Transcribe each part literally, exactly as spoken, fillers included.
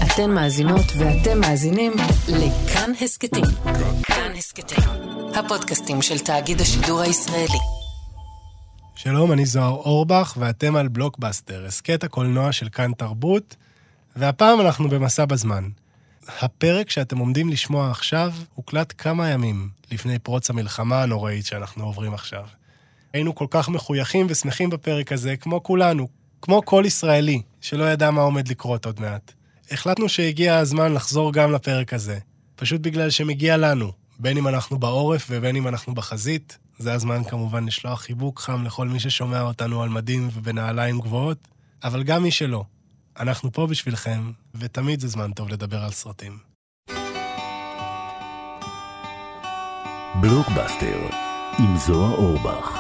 אתן מאזינות ואתם מאזינים לכאן הסקטים. כאן הסקטים, הפודקאסטים של תאגיד השידור הישראלי. שלום, אני זוהר אורבך ואתם על בלוקבאסטר, הסקט הקולנוע של כאן תרבות, והפעם אנחנו במסע בזמן. הפרק שאתם עומדים לשמוע עכשיו הוקלט כמה ימים לפני פרוץ המלחמה הנוראית שאנחנו עוברים עכשיו. היינו כל כך מחויכים ושמחים בפרק הזה, כמו כולנו, כמו כל ישראלי שלא ידע מה עומד לקרות עוד מעט. החלטנו שהגיע הזמן לחזור גם לפרק הזה, פשוט בגלל שמגיע לנו, בין אם אנחנו בעורף ובין אם אנחנו בחזית. זה הזמן כמובן לשלוח חיבוק חם לכל מי ששומע אותנו על מדים ובנעליים גבוהות, אבל גם מי שלא. אנחנו פה בשבילכם, ותמיד זה זמן טוב לדבר על סרטים. בלוקבאסטר עם זוהר אורבך.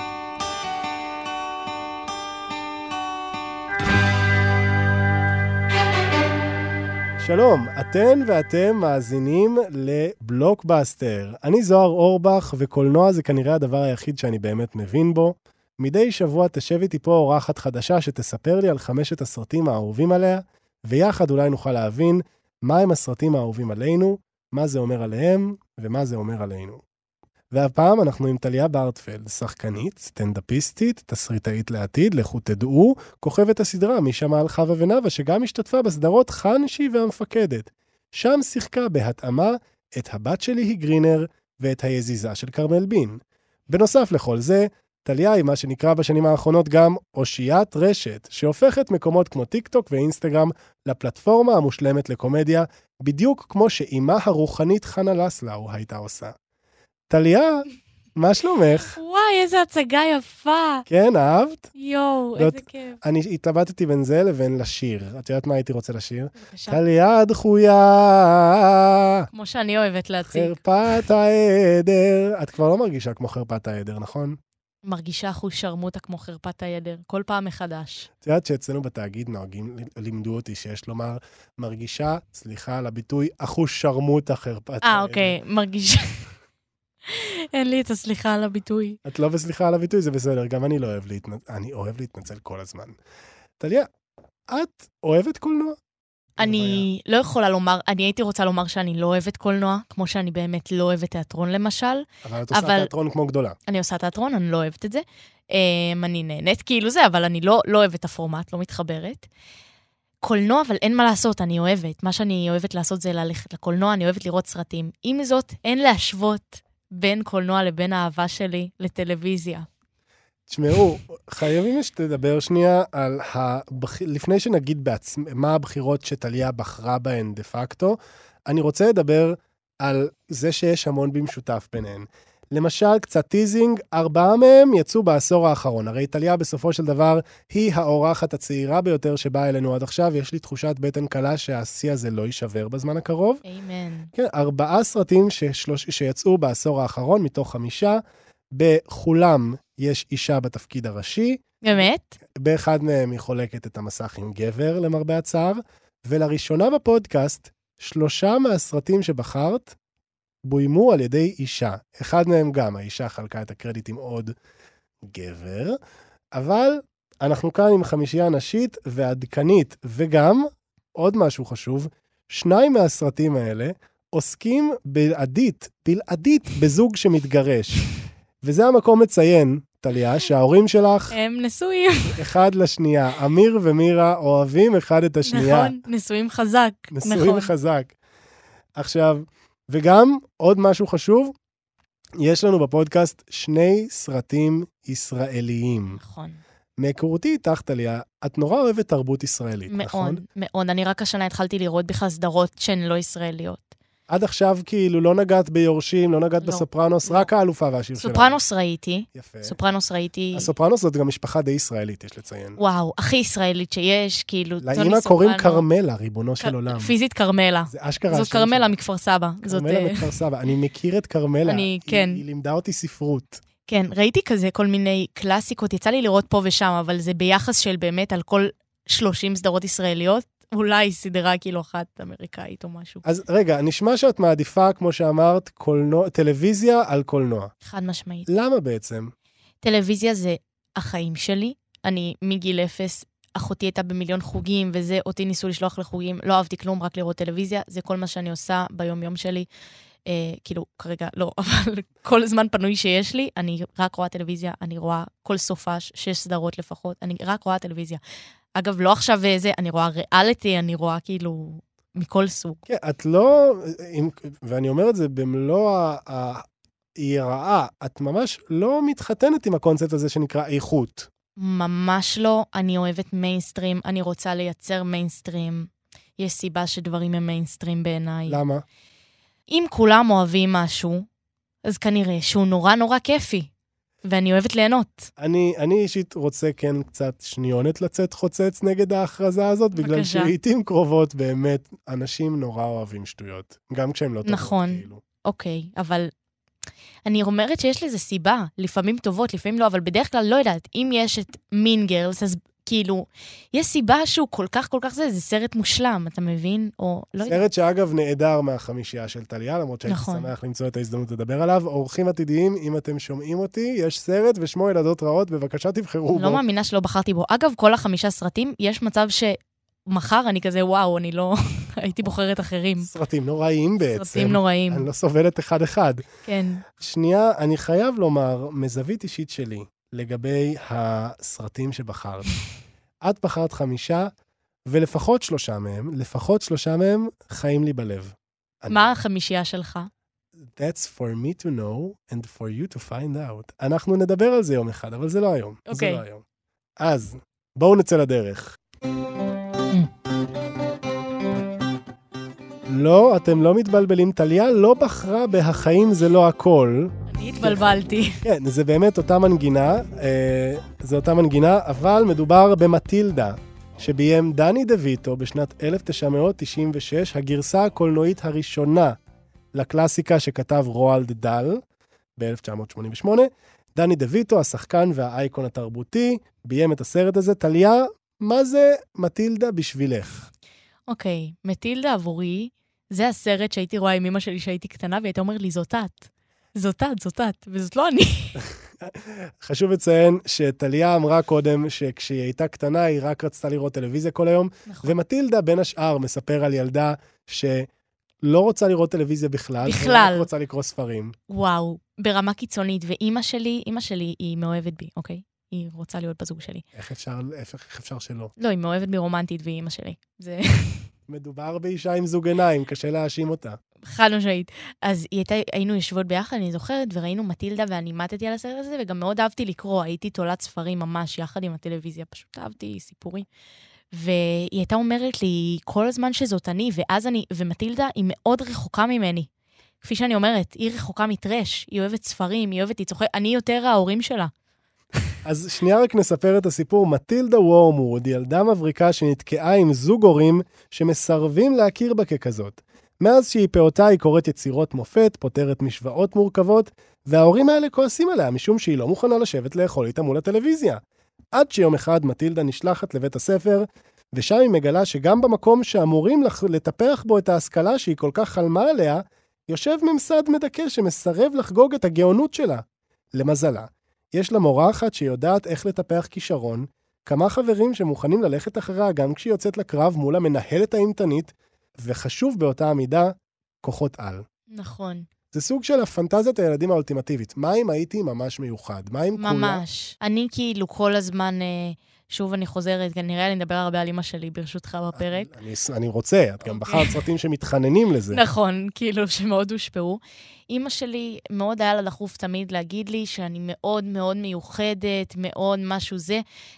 שלום, אתן ואתם מאזינים לבלוקבאסטר. אני זוהר אורבך, וקולנוע זה כנראה הדבר היחיד שאני באמת מבין בו. מדי שבוע תשב איתי פה אורחת חדשה שתספר לי על חמשת הסרטים האהובים עליה, ויחד אולי נוכל להבין מהם הסרטים האהובים עלינו, מה זה אומר עליהם ומה זה אומר עלינו. והפעם אנחנו עם טליה בארטפלד, שחקנית, סטנדאפיסטית, תסריטאית לעתיד, לכו תדעו, כוכבת הסדרה מי שמע על חווה ונאווה, שגם השתתפה בסדרות חנשי והמפקדת. שם שיחקה בהתאמה את הבת שלי היא גרינר ואת היזיזה של קרמל בין. בנוסף לכל זה, טליה היא מה שנקרא בשנים האחרונות גם אושיית רשת, שהופכת מקומות כמו טיק טוק ואינסטגרם לפלטפורמה המושלמת לקומדיה, בדיוק כמו שאימה הרוחנית חנה לסלאו הייתה עושה. טליה, מה שלומך? וואי, איזה הצגה יפה. כן, אהבת? יואו, איזה כיף. אני התלבטתי בין זה לבין לשיר. את יודעת מה הייתי רוצה לשיר? בבקשה. טליה דחויה. כמו שאני אוהבת להציג. חרפת העדר. את כבר לא מרגישה כמו חרפת העדר, נכון? מרגישה אחוז שרמוטה כמו חרפת העדר. כל פעם מחדש. את יודעת שאצלנו בתאגיד נוהגים, לימדו אותי שיש לומר, מרגישה, סליחה על הביטוי, אחוז שרמוטה חרפת העדר. אה, אוקיי, מרגישה. אין לי את הסליחה על הביטוי. את לא בסליחה על הביטוי, זה בסדר. גם אני לא אוהב להתנצל, אני אוהב להתנצל כל הזמן. טליה, את אוהבת קולנוע? אני לא יכולה לומר, אני הייתי רוצה לומר שאני לא אוהבת קולנוע, כמו שאני באמת לא אוהבת תיאטרון למשל. אבל את עושה תיאטרון כמו גדולה. אני עושה תיאטרון, אני לא אוהבת את זה. אני נהנית כאילו זה, אבל אני לא אוהבת את הפורמט, לא מתחברת. קולנוע, אבל אין מה לעשות, אני אוהבת. מה שאני אוהבת לעשות זה ללכת לקולנוע, אני אוהבת לראות סרטים. עם זאת, אין להשוות בין קולנוע לבין האהבה שלי לטלוויזיה. תשמעו, חייבים שתדבר שנייה על, הבח... לפני שנגיד בעצמם, מה הבחירות שטליה בחרה בהן דה פקטו, אני רוצה לדבר על זה שיש המון במשותף ביניהן. למשל, קצת טיזינג, ארבעה מהם יצאו בעשור האחרון. הרי טליה בסופו של דבר היא האורחת הצעירה ביותר שבאה אלינו עד עכשיו. יש לי תחושת בטן קלה שהשיא הזה לא יישבר בזמן הקרוב. אמן. כן, ארבעה סרטים ששלוש... שיצאו בעשור האחרון מתוך חמישה. בכולם יש אישה בתפקיד הראשי. באמת? באחד מהם היא חולקת את המסך עם גבר למרבה הצער. ולראשונה בפודקאסט, שלושה מהסרטים שבחרת, בוימו על ידי אישה. אחד מהם גם, האישה חלקה את הקרדיט עם עוד גבר, אבל אנחנו כאן עם חמישייה נשית ועדכנית, וגם, עוד משהו חשוב, שניים מהסרטים האלה עוסקים בלעדית, בלעדית בזוג שמתגרש. וזה המקום לציין, טליה, שההורים שלך הם נשואים. אחד לשנייה. אמיר ומירה אוהבים אחד את השנייה. נכון, נשואים חזק. נשואים נכון. חזק. עכשיו, וגם עוד משהו חשוב, יש לנו בפודקאסט שני סרטים ישראליים. נכון. מהיכרותי איתך, טליה, את נורא אוהבת תרבות ישראלית, מאוד, נכון? מאוד, מאוד. אני רק השנה התחלתי לראות בכלל סדרות שהן לא ישראליות. עד עכשיו כאילו לא נגעת ביורשים, לא נגעת לא, בסופרנוס, לא. רק האלופה והשיר שלנו. סופרנוס ראיתי. יפה. סופרנוס ראיתי. הסופרנוס זאת גם משפחה די ישראלית, יש לציין. וואו, הכי ישראלית שיש, כאילו, טוני סופרנו. לאמא קוראים קרמלה, ריבונו של עולם. פיזית קרמלה. זה אשכרה. זאת קרמלה מכפר סבא. קרמלה מכפר סבא. אני מכיר את קרמלה. אני, כן. היא לימדה אותי ספרות. כן, ראיתי כזה כל מיני קלאסיקות, יצא לי לראות פה ושם, אבל זה ביחס של באמת על כל שלושים סדרות ישראליות, אולי סדרה כאילו אחת אמריקאית או משהו. אז רגע, נשמע שאת מעדיפה, כמו שאמרת, קולנוע, טלוויזיה על קולנוע. חד משמעית. למה בעצם? טלוויזיה זה החיים שלי. אני מגיל אפס אחותי הייתה במיליון חוגים, וזה, אותי ניסו לשלוח לחוגים, לא אהבתי כלום, רק לראות טלוויזיה, זה כל מה שאני עושה ביום-יום שלי. אה, כאילו, כרגע לא, אבל כל זמן פנוי שיש לי, אני רק רואה טלוויזיה, אני רואה כל סופש, שש סדרות לפחות, אני רק רואה טלוויזיה. אגב, לא עכשיו זה, אני רואה ריאליטי, אני רואה כאילו מכל סוג. כן, את לא, ואני אומר את זה במלוא היראה, את ממש לא מתחתנת עם הקונספט הזה שנקרא איכות. ממש לא, אני אוהבת מיינסטרים, אני רוצה לייצר מיינסטרים. יש סיבה שדברים הם מיינסטרים בעיניי. למה? אם כולם אוהבים משהו, אז כנראה שהוא נורא נורא כיפי, ואני אוהבת ליהנות. אני, אני אישית רוצה כן קצת שניונת לצאת חוצץ נגד ההכרזה הזאת, בגלל בבקשה. שלעיתים קרובות באמת אנשים נורא אוהבים שטויות, גם כשהם לא טובות. נכון. כאילו. אוקיי, אבל אני אומרת שיש לזה סיבה, לפעמים טובות, לפעמים לא, אבל בדרך כלל לא יודעת, אם יש את מין גרלס, אז כאילו, יש סיבה שהוא כל כך כל כך זה, זה סרט מושלם, אתה מבין? או לא יודעת. סרט שאגב נעדר מהחמישייה של טליה, למרות שהייתי נכון. שמח למצוא את ההזדמנות לדבר עליו. אורחים עתידיים, אם אתם שומעים אותי, יש סרט ושמו ילדות רעות, בבקשה תבחרו בו. לא מאמינה שלא בחרתי בו. אגב, כל החמישה סרטים, יש מצב שמחר אני כזה, וואו, אני לא... הייתי בוחרת אחרים. סרטים נוראיים בעצם. סרטים נוראים. אני לא סובלת אחד-אחד. כן. שנייה, אני חייב לומר, מזווית אישית שלי, לגבי הסרטים שבחרת. את בחרת חמישה, ולפחות שלושה מהם, לפחות שלושה מהם חיים לי בלב. מה החמישייה שלך? That's for me to know and for you to find out. אנחנו נדבר על זה יום אחד, אבל זה לא היום. אוקיי. זה לא היום. אז, בואו נצא לדרך. לא, אתם לא מתבלבלים. טליה לא בחרה בהחיים זה לא הכל. אני התבלבלתי. כן, זה באמת אותה מנגינה, אה, זה אותה מנגינה, אבל מדובר במטילדה, שביים דני דוויטו בשנת אלף תשע מאות תשעים ושש, הגרסה הקולנועית הראשונה לקלאסיקה שכתב רואלד דל ב-אלף תשע מאות שמונים ושמונה. דני דוויטו, השחקן והאייקון התרבותי, ביים את הסרט הזה. טליה, מה זה מטילדה בשבילך? אוקיי, מטילדה עבורי, זה הסרט שהייתי רואה עם אמא שלי שהייתי קטנה, והייתה אומרת לי, זאת את. זאת את, זאת את, וזאת לא אני. חשוב לציין שטליה אמרה קודם שכשהיא הייתה קטנה, היא רק רצתה לראות טלוויזיה כל היום, נכון. ומטילדה בין השאר מספר על ילדה שלא רוצה לראות טלוויזיה בכלל, בכלל. רק רוצה לקרוא ספרים. וואו, ברמה קיצונית, ואימא שלי, אימא שלי היא מאוהבת בי, אוקיי? היא רוצה להיות בזוג שלי. איך אפשר, איך, איך אפשר שלא? לא, היא מאוהבת בי רומנטית, והיא אימא שלי. זה מדובר באישה עם זוג עיניים, קשה להאשים אותה. חד משמעית. אז היא הייתה, היינו יושבות ביחד, אני זוכרת, וראינו מטילדה ואני מתתי על הסרט הזה, וגם מאוד אהבתי לקרוא, הייתי תולת ספרים ממש יחד עם הטלוויזיה, פשוט אהבתי סיפורים. והיא הייתה אומרת לי כל הזמן שזאת אני, ואז אני, ומטילדה היא מאוד רחוקה ממני. כפי שאני אומרת, היא רחוקה מטרש, היא אוהבת ספרים, היא אוהבת, היא צוחקת, אני יותר ההורים שלה. אז שנייה רק נספר את הסיפור. מטילדה וורמווד, ילדה מבריקה שנתקעה עם זוג הורים שמסרבים להכיר בה ככזאת. מאז שהיא פעוטה היא קוראת יצירות מופת, פותרת משוואות מורכבות, וההורים האלה כועסים עליה משום שהיא לא מוכנה לשבת לאכול איתה מול הטלוויזיה. עד שיום אחד מטילדה נשלחת לבית הספר, ושם היא מגלה שגם במקום שאמורים לטפח בו את ההשכלה שהיא כל כך חלמה עליה, יושב ממסד מדכא שמסרב לחגוג את הגאונות שלה. למזלה, יש לה מורה אחת שיודעת איך לטפח כישרון, כמה חברים שמוכנים ללכת אחריה גם כשהיא יוצאת לקרב מול המנהלת האימתנית, וחשוב באותה המידה, כוחות על. נכון. זה סוג של הפנטזיית הילדים האולטימטיבית. מה אם הייתי ממש מיוחד? מה אם כולה? ממש. אני כאילו כל הזמן, שוב אני חוזרת, נראה לי נדבר הרבה על אמא שלי ברשותך בפרק. אני, אני רוצה, את גם בחרת סרטים שמתחננים לזה. נכון, כאילו שמאוד הושפעו. אמא שלי מאוד היה לה דחוף תמיד להגיד לי שאני מאוד מאוד מיוחדת, מאוד משהו זה,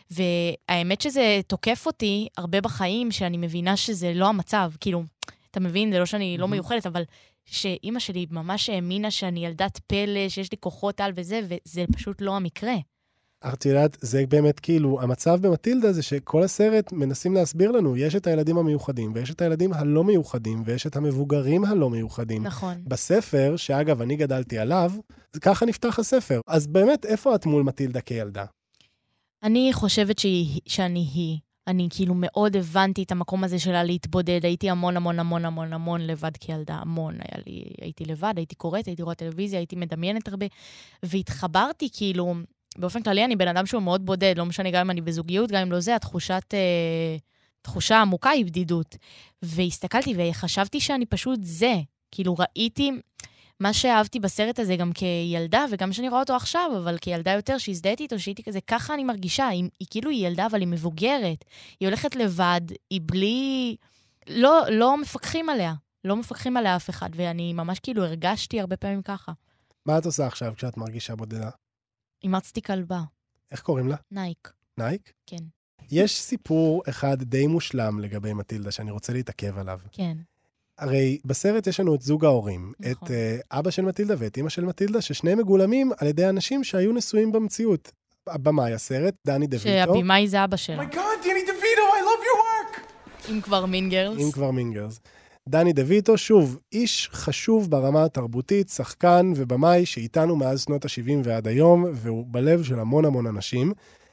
והאמת שזה תוקף אותי הרבה בחיים, שאני מבינה שזה לא המצב, כאילו, אתה מבין, זה לא שאני לא מיוחדת, אבל שאמא שלי ממש האמינה שאני ילדת פלא, שיש לי כוחות על וזה, וזה פשוט לא המקרה. את יודעת, זה באמת כאילו, המצב במטילדה זה שכל הסרט מנסים להסביר לנו, יש את הילדים המיוחדים, ויש את הילדים הלא מיוחדים, ויש את המבוגרים הלא מיוחדים. נכון. בספר, שאגב, אני גדלתי עליו, זה ככה נפתח הספר. אז באמת, איפה את מול מטילדה כילדה? אני חושבת שהיא, שאני היא. אני כאילו מאוד הבנתי את המקום הזה שלה להתבודד, הייתי המון המון המון המון המון לבד כילדה, המון. היה לי, הייתי לבד, הייתי קוראת, הייתי רואה טלוויזיה, הייתי מדמיינת הרבה, והתחברתי כאילו, באופן כללי אני בן אדם שהוא מאוד בודד, לא משנה גם אם אני בזוגיות, גם אם לא זה, התחושת, אה, תחושה עמוקה היא בדידות. והסתכלתי וחשבתי שאני פשוט זה. כאילו ראיתי מה שאהבתי בסרט הזה גם כילדה, וגם שאני רואה אותו עכשיו, אבל כילדה יותר שהזדהיתי איתו, שהייתי כזה, ככה אני מרגישה, היא, היא כאילו היא ילדה, אבל היא מבוגרת. היא הולכת לבד, היא בלי... לא, לא מפקחים עליה. לא מפקחים עליה אף אחד, ואני ממש כאילו הרגשתי הרבה פעמים ככה. מה את עושה עכשיו כשאת מרגישה בודדה? אימצתי כלבה. איך קוראים לה? נייק. נייק? כן. יש סיפור אחד די מושלם לגבי מטילדה, שאני רוצה להתעכב עליו. כן. הרי בסרט יש לנו את זוג ההורים, נכון. את uh, אבא של מטילדה ואת אמא של מטילדה, ששניהם מגולמים על ידי אנשים שהיו נשואים במציאות. הבמאי הסרט, דני דויטו. שהבימאי זה אבא שלה. My God, Danny DeVito, I love your work! אם כבר מינגרס. אם כבר מינגרס. דני דויטו, שוב, איש חשוב ברמה התרבותית, שחקן ובמאי שאיתנו מאז שנות ה-שבעים ועד היום, והוא בלב של המון המון אנשים.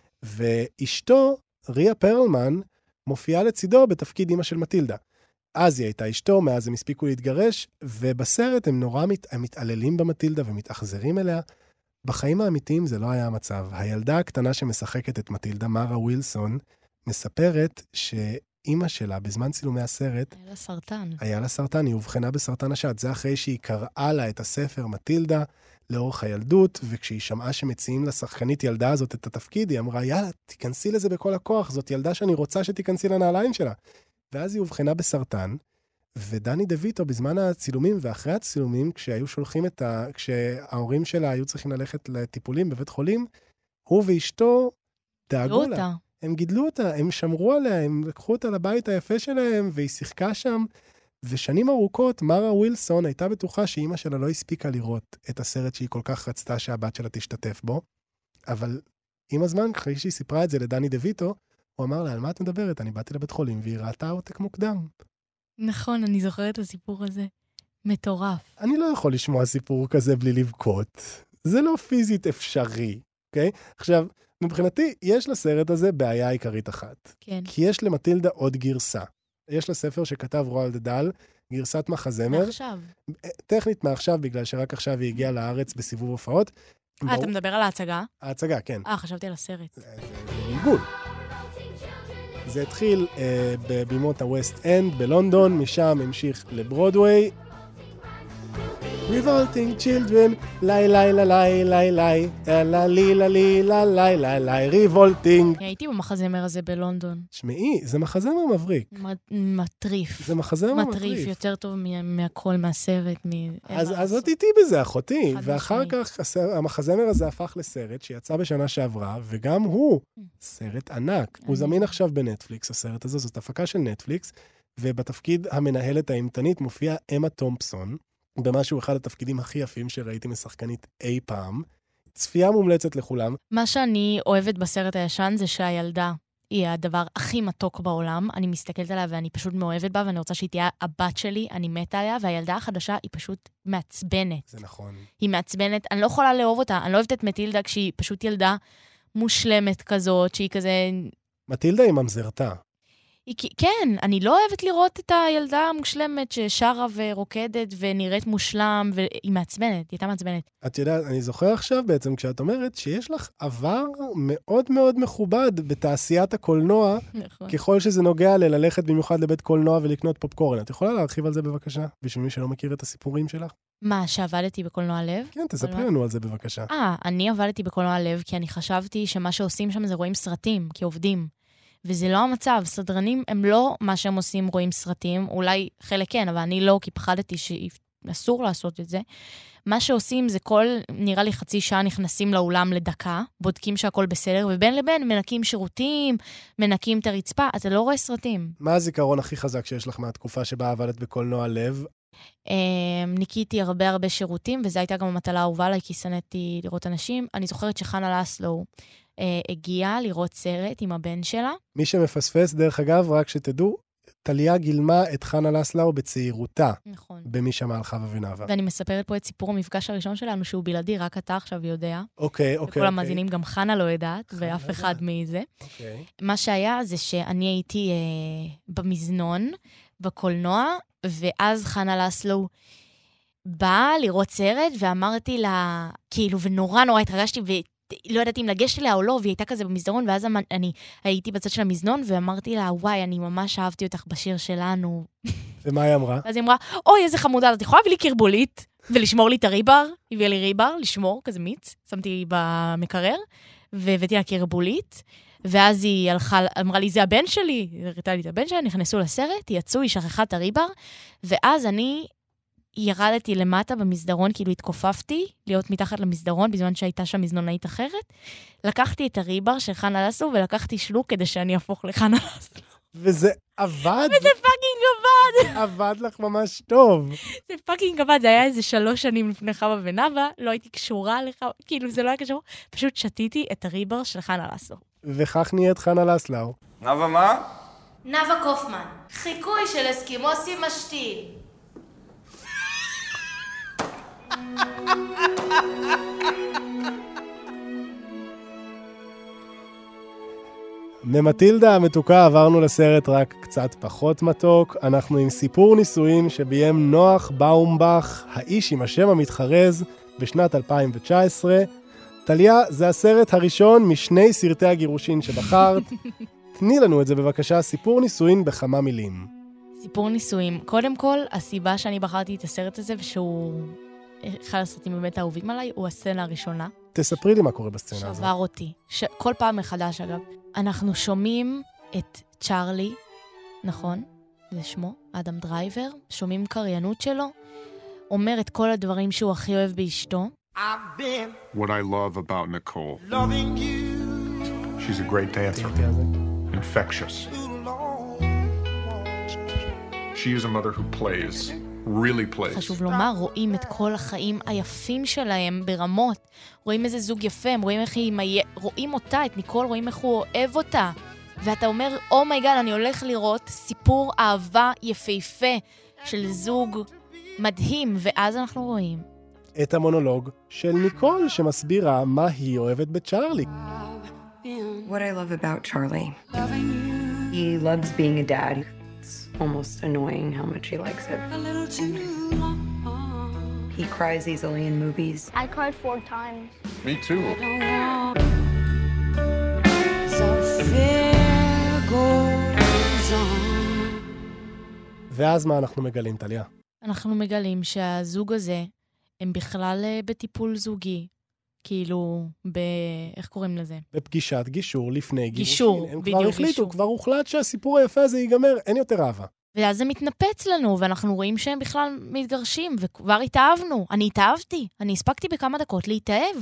ואשתו, ריה פרלמן, מופיעה לצידו בתפקיד אמא של מטילדה. אז היא הייתה אשתו, מאז הם הספיקו להתגרש, ובסרט הם נורא מת, הם מתעללים במטילדה ומתאכזרים אליה. בחיים האמיתיים זה לא היה המצב. הילדה הקטנה שמשחקת את מטילדה, מרה ווילסון, מספרת שאמא שלה, בזמן צילומי הסרט, היה לה סרטן. היה לה סרטן, היא הובחנה בסרטן השד. זה אחרי שהיא קראה לה את הספר מטילדה לאורך הילדות, וכשהיא שמעה שמציעים לשחקנית ילדה הזאת את התפקיד, היא אמרה, יאללה, תיכנסי לזה בכל הכוח, זאת ילדה שאני רוצה שתיכנסי לנעליים שלה. ואז היא הובחנה בסרטן, ודני דויטו בזמן הצילומים ואחרי הצילומים, כשהיו שולחים את ה... כשההורים שלה היו צריכים ללכת לטיפולים בבית חולים, הוא ואשתו דאגו לה. אותה. הם גידלו אותה, הם שמרו עליה, הם לקחו אותה לבית היפה שלהם, והיא שיחקה שם. ושנים ארוכות, מרה ווילסון הייתה בטוחה שאימא שלה לא הספיקה לראות את הסרט שהיא כל כך רצתה שהבת שלה תשתתף בו. אבל עם הזמן, אחרי שהיא סיפרה את זה לדני דויטו, הוא אמר לה, על מה את מדברת? אני באתי לבית חולים והיא ראתה עותק מוקדם. נכון, אני זוכרת את הסיפור הזה. מטורף. אני לא יכול לשמוע סיפור כזה בלי לבכות. זה לא פיזית אפשרי, אוקיי? עכשיו, מבחינתי, יש לסרט הזה בעיה עיקרית אחת. כן. כי יש למטילדה עוד גרסה. יש לה ספר שכתב רואלד דל, גרסת מחזמר. מעכשיו. טכנית מעכשיו, בגלל שרק עכשיו היא הגיעה לארץ בסיבוב הופעות. אה, אתה מדבר על ההצגה? ההצגה, כן. אה, חשבתי על הסרט. זה ריגול. זה התחיל אה, בבימות הווסט אנד בלונדון, משם המשיך לברודווי. Revolting children, לי לי לי לי לי לי, לה לי לי לי לי לי לי, ריבולטינג. הייתי במחזמר הזה בלונדון. שמעי, זה מחזמר מבריק. מטריף. זה מחזמר מבריק. מטריף, יותר טוב מהכל, מהסרט. אז את איתי בזה, אחותי. ואחר כך המחזמר הזה הפך לסרט שיצא בשנה שעברה, וגם הוא סרט ענק. הוא זמין עכשיו בנטפליקס, הסרט הזה, זאת הפקה של נטפליקס, ובתפקיד המנהלת האימתנית מופיע אמה תומפסון, במשהו אחד התפקידים הכי יפים שראיתי משחקנית אי פעם. צפייה מומלצת לכולם. מה שאני אוהבת בסרט הישן זה שהילדה היא הדבר הכי מתוק בעולם. אני מסתכלת עליה ואני פשוט מאוהבת בה, ואני רוצה שהיא תהיה הבת שלי, אני מתה עליה, והילדה החדשה היא פשוט מעצבנת. זה נכון. היא מעצבנת, אני לא יכולה לאהוב אותה, אני לא אוהבת את מטילדה כשהיא פשוט ילדה מושלמת כזאת, שהיא כזה... מטילדה היא ממזרתה. כן, אני לא אוהבת לראות את הילדה המושלמת ששרה ורוקדת ונראית מושלם, והיא מעצבנת, היא הייתה מעצבנת. את יודעת, אני זוכר עכשיו בעצם כשאת אומרת שיש לך עבר מאוד מאוד מכובד בתעשיית הקולנוע, נכון. ככל שזה נוגע ללכת במיוחד לבית קולנוע ולקנות פופקורן. את יכולה להרחיב על זה בבקשה, בשביל מי שלא מכיר את הסיפורים שלך? מה, שעבדתי בקולנוע לב? כן, תספרי לנו על זה בבקשה. אה, אני עבדתי בקולנוע לב כי אני חשבתי שמה שעושים שם זה רואים סרטים, כעובדים. וזה לא המצב, סדרנים הם לא מה שהם עושים רואים סרטים, אולי חלק כן, אבל אני לא, כי פחדתי שאסור לעשות את זה. מה שעושים זה כל, נראה לי חצי שעה נכנסים לאולם לדקה, בודקים שהכל בסדר, ובין לבין מנקים שירותים, מנקים את הרצפה, אתה לא רואה סרטים. מה הזיכרון הכי חזק שיש לך מהתקופה שבה עבדת בקולנוע לב? ניקיתי הרבה הרבה שירותים, וזו הייתה גם המטלה האהובה עליי, כי שנאתי לראות אנשים. אני זוכרת שחנה לסלו הגיעה לראות סרט עם הבן שלה. מי שמפספס, דרך אגב, רק שתדעו, טליה גילמה את חנה לסלו בצעירותה. נכון. במי שמע על חווה ונאווה. ואני מספרת פה את סיפור המפגש הראשון שלנו, שהוא בלעדי, רק אתה עכשיו יודע. אוקיי, אוקיי. וכל המאזינים גם חנה לא יודעת, ואף אחד מזה. אוקיי. מה שהיה זה שאני הייתי אה, במזנון, בקולנוע, ואז חנה לסלו באה לראות סרט, ואמרתי לה, כאילו, ונורא נורא התרגשתי, לא ידעתי אם לגשת אליה או לא, והיא הייתה כזה במסדרון, ואז אני הייתי בצד של המזנון, ואמרתי לה, וואי, אני ממש אהבתי אותך בשיר שלנו. ומה היא אמרה? אז היא אמרה, אוי, איזה חמודה, את יכולה להביא לי קרבולית, ולשמור לי את הריבר, הביאה לי ריבר, לשמור, כזה מיץ, שמתי במקרר, והבאתי לה קרבולית, ואז היא הלכה, אמרה לי, זה הבן שלי, הראתה לי את הבן שלי, נכנסו לסרט, יצאו, היא שכחה את הריבר, ואז אני ירדתי למטה במסדרון, כאילו התכופפתי, להיות מתחת למסדרון, בזמן שהייתה שם מזנונאית אחרת, לקחתי את הריבר של חנה לסלו, ולקחתי שלוק כדי שאני אהפוך לחנה לסלו. וזה עבד? וזה פאקינג עבד! עבד לך ממש טוב. זה פאקינג עבד, זה היה איזה שלוש שנים לפני חווה ונאווה, לא הייתי קשורה לך, כאילו זה לא היה קשור, פשוט שתיתי את הריבר של חנה לסלו. וכך נהיית חנה לסלו. נאווה מה? נאווה קופמן, חיקוי של אסקימוסי משתיל. ממטילדה המתוקה עברנו לסרט רק קצת פחות מתוק. אנחנו עם סיפור נישואין שביים נוח באומבך, האיש עם השם המתחרז, בשנת אלפיים תשע עשרה. טליה, זה הסרט הראשון משני סרטי הגירושין שבחרת. תני לנו את זה בבקשה, סיפור נישואין בכמה מילים. סיפור נישואין. קודם כל, הסיבה שאני בחרתי את הסרט הזה, ושהוא אחד הסרטים באמת האהובים עליי, הוא הסצנה הראשונה. תספרי לי מה קורה בסצנה הזאת. שבר אותי. ש... כל פעם מחדש, אגב. אנחנו שומעים את צ'ארלי, נכון? זה שמו, אדם דרייבר. שומעים קריינות שלו. אומר את כל הדברים שהוא הכי אוהב באשתו. What I love about Nicole. Loving you. She's a great dancer. Infectious. She is a mother who plays. really plays. חשוב לומר, רואים את כל החיים היפים שלהם ברמות. רואים איזה זוג יפה, הם רואים איך היא, רואים אותה, את ניקול, רואים איך הוא אוהב אותה. ואתה אומר, אומייגאד, אני הולך לראות סיפור אהבה יפהפה של זוג מדהים, ואז אנחנו רואים את המונולוג של ניקול שמסבירה מה היא אוהבת בצ'ארלי. What I love about Charlie, he loves being a dad. It's almost annoying how much he likes it. He cries easily in movies. I cried four times. Me too. ואז מה אנחנו מגלים, טליה? אנחנו מגלים שהזוג הזה הם בכלל בטיפול זוגי. כאילו, ב... איך קוראים לזה? בפגישת גישור לפני גירושין. גישור, הם בדיוק כבר החליטו, גישור. כבר הוחלט שהסיפור היפה הזה ייגמר, אין יותר אהבה. ואז זה מתנפץ לנו, ואנחנו רואים שהם בכלל מתגרשים, וכבר התאהבנו. אני התאהבתי, אני הספקתי בכמה דקות להתאהב.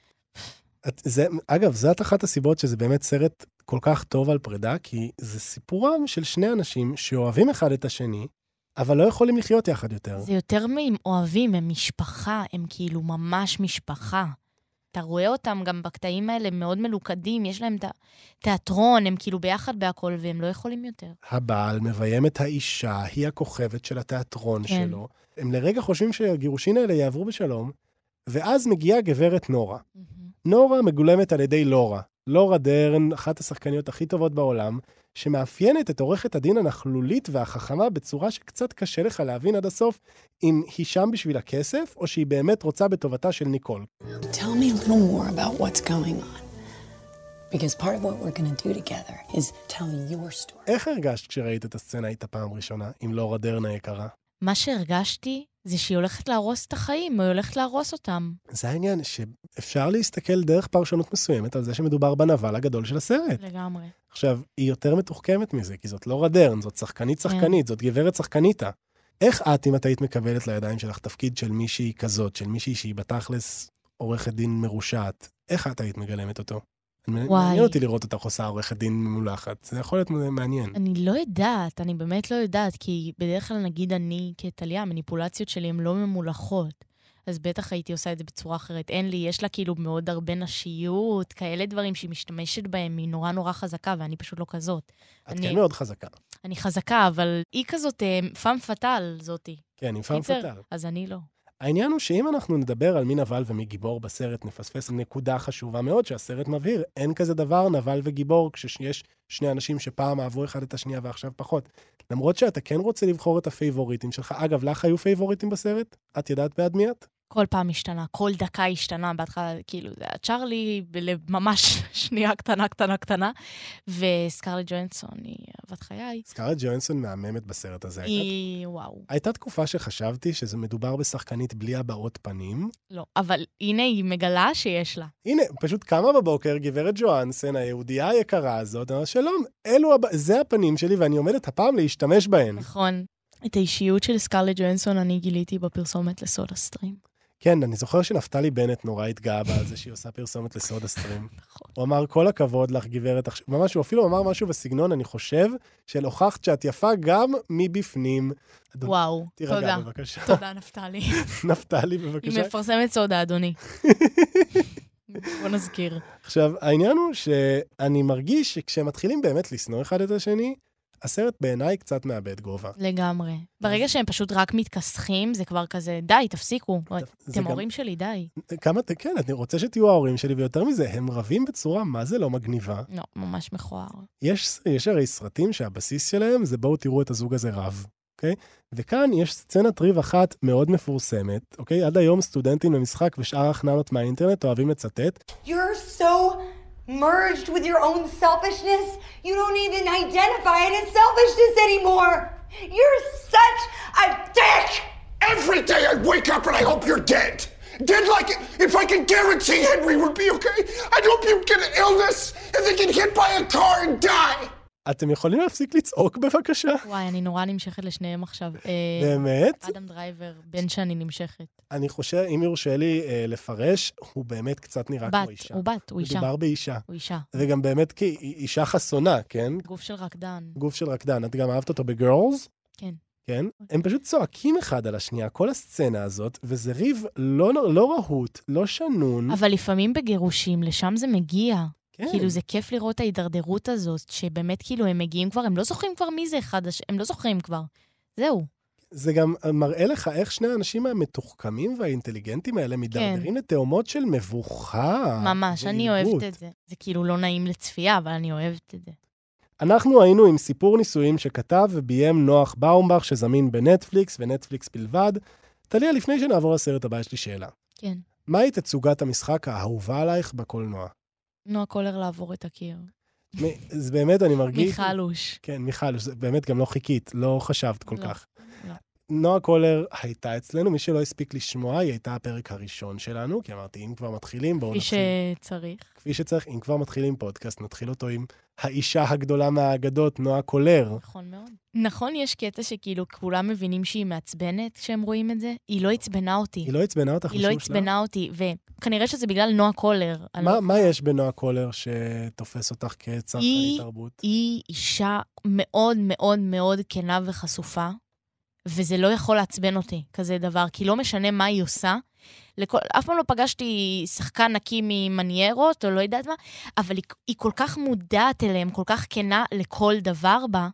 זה, אגב, זאת אחת הסיבות שזה באמת סרט כל כך טוב על פרידה, כי זה סיפורם של שני אנשים שאוהבים אחד את השני, אבל לא יכולים לחיות יחד יותר. זה יותר מהם אוהבים, הם משפחה, הם כאילו ממש משפחה. אתה רואה אותם גם בקטעים האלה מאוד מלוכדים, יש להם תיאטרון, הם כאילו ביחד בהכל, והם לא יכולים יותר. הבעל מביים את האישה, היא הכוכבת של התיאטרון כן. שלו. הם לרגע חושבים שהגירושין האלה יעברו בשלום, ואז מגיעה גברת נורה. נורה מגולמת על ידי לורה. לורה דרן, אחת השחקניות הכי טובות בעולם, שמאפיינת את עורכת הדין הנכלולית והחכמה בצורה שקצת קשה לך להבין עד הסוף אם היא שם בשביל הכסף, או שהיא באמת רוצה בטובתה של ניקול. Tell me a little more about what's going on. Because part of what we're going to do together is tell your story. איך הרגשת כשראית את הסצנה איתה פעם ראשונה, עם לורה דרן היקרה? מה שהרגשתי זה שהיא הולכת להרוס את החיים, היא הולכת להרוס אותם. זה העניין שאפשר להסתכל דרך פרשנות מסוימת על זה שמדובר בנבל הגדול של הסרט. לגמרי. עכשיו, היא יותר מתוחכמת מזה, כי זאת לורה דרן, זאת שחקנית שחקנית, זאת גברת שחקניתה. איך את, אם את היית מקבלת לידיים שלך תפקיד של מישהי כזאת, של מישהי שהיא בתכלס עורכת דין מרושעת, איך את היית מגלמת אותו? מעניין אותי לראות אותך עושה עורכת דין ממולחת. זה יכול להיות מעניין. אני לא יודעת, אני באמת לא יודעת, כי בדרך כלל נגיד אני כטליה, המניפולציות שלי הן לא ממולחות. אז בטח הייתי עושה את זה בצורה אחרת. אין לי, יש לה כאילו מאוד הרבה נשיות, כאלה דברים שהיא משתמשת בהם, היא נורא נורא חזקה, ואני פשוט לא כזאת. את אני, כן מאוד חזקה. אני חזקה, אבל היא כזאת פאם פטל זאתי. כן, היא פאם פטל. אז אני לא. העניין הוא שאם אנחנו נדבר על מי נבל ומי גיבור בסרט, נפספס נקודה חשובה מאוד שהסרט מבהיר. אין כזה דבר נבל וגיבור כשיש שני אנשים שפעם אהבו אחד את השנייה ועכשיו פחות. למרות שאתה כן רוצה לבחור את הפייבוריטים שלך. אגב, לך היו פייבוריטים בסרט? את ידעת בעד מי את? כל פעם השתנה, כל דקה השתנה, בהתחלה, כאילו, זה היה צ'רלי, ממש שנייה קטנה, קטנה, קטנה, וסקרלט ג'ואנסון היא אהבת חיי. סקרלט ג'ואנסון מהממת בסרט הזה. היא, וואו. הייתה תקופה שחשבתי שזה מדובר בשחקנית בלי הבעות פנים. לא, אבל הנה היא מגלה שיש לה. הנה, פשוט קמה בבוקר, גברת ג'ואנסון, היהודייה היקרה הזאת, אמרה, שלום, אלו, הב... זה הפנים שלי, ואני עומדת הפעם להשתמש בהן. נכון. את האישיות של סקרלט ג'ואנסון אני גיליתי בפרסומת לסודה סטרים. כן, אני זוכר שנפתלי בנט נורא התגאה בה על זה שהיא עושה פרסומת לסודה סטרים. הוא אמר, כל הכבוד לך, גברת, ממש, הוא אפילו אמר משהו בסגנון, אני חושב, של הוכחת שאת יפה גם מבפנים. וואו, תירגע, תודה. בבקשה. תודה, נפתלי. נפתלי, בבקשה. היא מפרסמת סודה, אדוני. בוא נזכיר. עכשיו, העניין הוא שאני מרגיש שכשהם מתחילים באמת לשנוא אחד את השני, הסרט בעיניי קצת מאבד גובה. לגמרי. ברגע שהם פשוט רק מתכסחים, זה כבר כזה, די, תפסיקו. אתם הורים שלי, די. כמה, כן, אני רוצה שתהיו ההורים שלי, ויותר מזה, הם רבים בצורה, מה זה לא מגניבה? לא, ממש מכוער. יש, יש הרי סרטים שהבסיס שלהם זה בואו תראו את הזוג הזה רב, אוקיי? וכאן יש סצנת ריב אחת מאוד מפורסמת, אוקיי? עד היום סטודנטים למשחק ושאר החננות מהאינטרנט אוהבים לצטט. You're so merged with your own selfishness, you don't even identify it as selfishness anymore. You're such a dick! Every day I wake up and I hope you're dead. Dead like it. If I can guarantee Henry would be okay, I'd hope you get an illness and they get hit by a car and die. אתם יכולים להפסיק לצעוק בבקשה? וואי, אני נורא נמשכת לשניהם עכשיו. באמת? אדם דרייבר, בן שאני נמשכת. אני חושב, אם יורשה לי לפרש, הוא באמת קצת נראה כמו אישה. הוא בת, הוא אישה. מדובר באישה. הוא אישה. וגם באמת כאישה חסונה, כן? גוף של רקדן. גוף של רקדן. את גם אהבת אותו בגרלס? כן. כן? הם פשוט צועקים אחד על השנייה, כל הסצנה הזאת, וזה ריב לא, לא רהוט, לא שנון. אבל לפעמים בגירושים, לשם זה מגיע. כן. כאילו זה כיף לראות ההידרדרות הזאת, שבאמת כאילו הם מגיעים כבר, הם לא זוכרים כבר מי זה אחד, הם לא זוכרים כבר. זהו. זה גם מראה לך איך שני האנשים המתוחכמים והאינטליגנטים האלה מדרדרים כן. לתאומות של מבוכה. ממש, אני אוהבת את זה. זה כאילו לא נעים לצפייה, אבל אני אוהבת את זה. אנחנו היינו עם סיפור נישואים שכתב וביים נוח באומבך, שזמין בנטפליקס ונטפליקס בלבד. תליה, לפני שנעבור לסרט הבא, יש לי שאלה. כן. מהי תצוגת המשחק האהובה עלייך בקולנוע? נועה קולר לעבור את הקיר. זה באמת, אני מרגיש... מיכלוש. כן, מיכלוש, זה באמת גם לא חיכית, לא חשבת כל לא, כך. לא. נועה קולר הייתה אצלנו, מי שלא הספיק לשמוע, היא הייתה הפרק הראשון שלנו, כי אמרתי, אם כבר מתחילים, בואו נתחיל. כפי שצריך. כפי שצריך, אם כבר מתחילים פודקאסט, נתחיל אותו עם האישה הגדולה מהאגדות, נועה קולר. נכון מאוד. נכון, יש קטע שכאילו כולם מבינים שהיא מעצבנת כשהם רואים את זה. היא לא הצבנה אותי. היא לא הצבנה אותך? היא לא הצבנה אותי, וכנראה שזה בגלל נועה קולר. מה, מה יש בנועה קולר שתופס אותך כצרכנית תרבות? היא אישה מאוד מאוד מאוד כנה וחשופה, וזה לא יכול לעצבן אותי, כזה דבר, כי לא משנה מה היא עושה. לכל, אף פעם לא פגשתי שחקן נקי ממניירות, או לא יודעת מה, אבל היא, היא כל כך מודעת אליהם, כל כך כנה לכל דבר בה,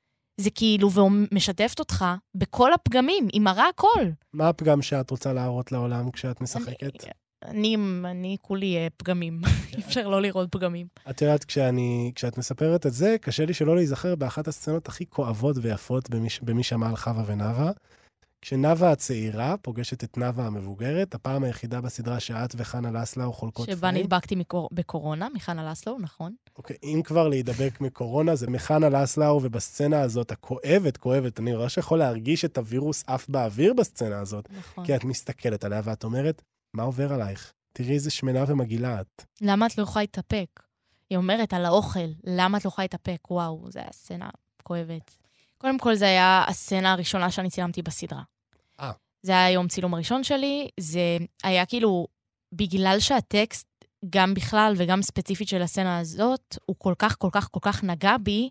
זה כאילו, והוא משתפת אותך בכל הפגמים, היא מראה הכל. מה הפגם שאת רוצה להראות לעולם כשאת משחקת? אני, אני, אני כולי פגמים, אי אפשר לא לראות פגמים. את יודעת, כשאני, כשאת מספרת את זה, קשה לי שלא להיזכר באחת הסצנות הכי כואבות ויפות במי, במי שמע על חווה ונאווה. כשנאווה הצעירה פוגשת את נאווה המבוגרת, הפעם היחידה בסדרה שאת וחנה לסלאו חולקות פריים. שבה נדבקתי מקור... בקורונה, מחנה לסלאו, נכון? אוקיי, אם כבר להידבק מקורונה, זה מחנה לסלאו, ובסצנה הזאת, הכואבת, כואבת, אני רואה שיכול להרגיש את הווירוס אף באוויר בסצנה הזאת, נכון. כי את מסתכלת עליה ואת אומרת, מה עובר עלייך? תראי איזה שמנה ומגילה את. למה את לא יכולה להתאפק? היא אומרת על האוכל, למה את לא יכולה להתאפק? וואו, זו היה סצנה כואבת. קודם כל, זה היה הסצנה הראשונה שאני צילמתי בסדרה. אה. זה היה היום צילום הראשון שלי, זה היה כאילו, בגלל שהטקסט, גם בכלל וגם ספציפית של הסצנה הזאת, הוא כל כך, כל כך, כל כך נגע בי,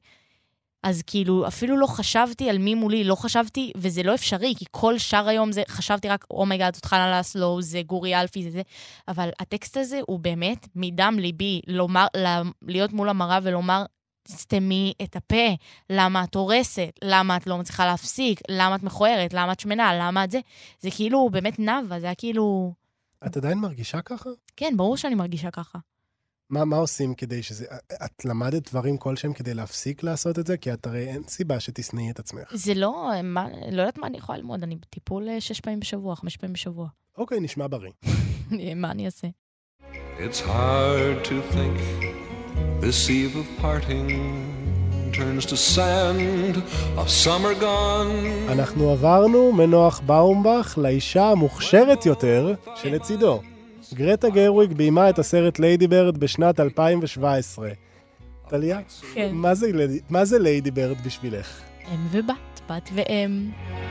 אז כאילו, אפילו לא חשבתי על מי מולי, לא חשבתי, וזה לא אפשרי, כי כל שער היום זה, חשבתי רק, אומייגאד, זאת חנה לסלו, זה גורי אלפי, זה זה, אבל הטקסט הזה הוא באמת מדם ליבי, לומר, להיות מול המראה ולומר, סתמי את הפה, למה את הורסת, למה את לא מצליחה להפסיק, למה את מכוערת, למה את שמנה, למה את זה, זה כאילו באמת נאווה, זה היה כאילו... את עדיין מרגישה ככה? כן, ברור שאני מרגישה ככה. מה, מה עושים כדי שזה... את למדת דברים כלשהם כדי להפסיק לעשות את זה? כי את הרי אין סיבה שתסנאי את עצמך. זה לא... מה, לא יודעת מה אני יכולה ללמוד, אני בטיפול שש פעמים בשבוע, חמש פעמים בשבוע. אוקיי, נשמע בריא. מה אני אעשה? It's hard to think this eve of parting turns to sand of summer gone. אנחנו עברנו מנוח באומבך לאישה המוכשרת יותר שלצידו. גרטה גרוויג ביימה את הסרט ליידי ברד בשנת אלפיים שבע עשרה. טליה, כן. מה זה, מה זה ליידי ברד בשבילך? אם ובת, בת ואם.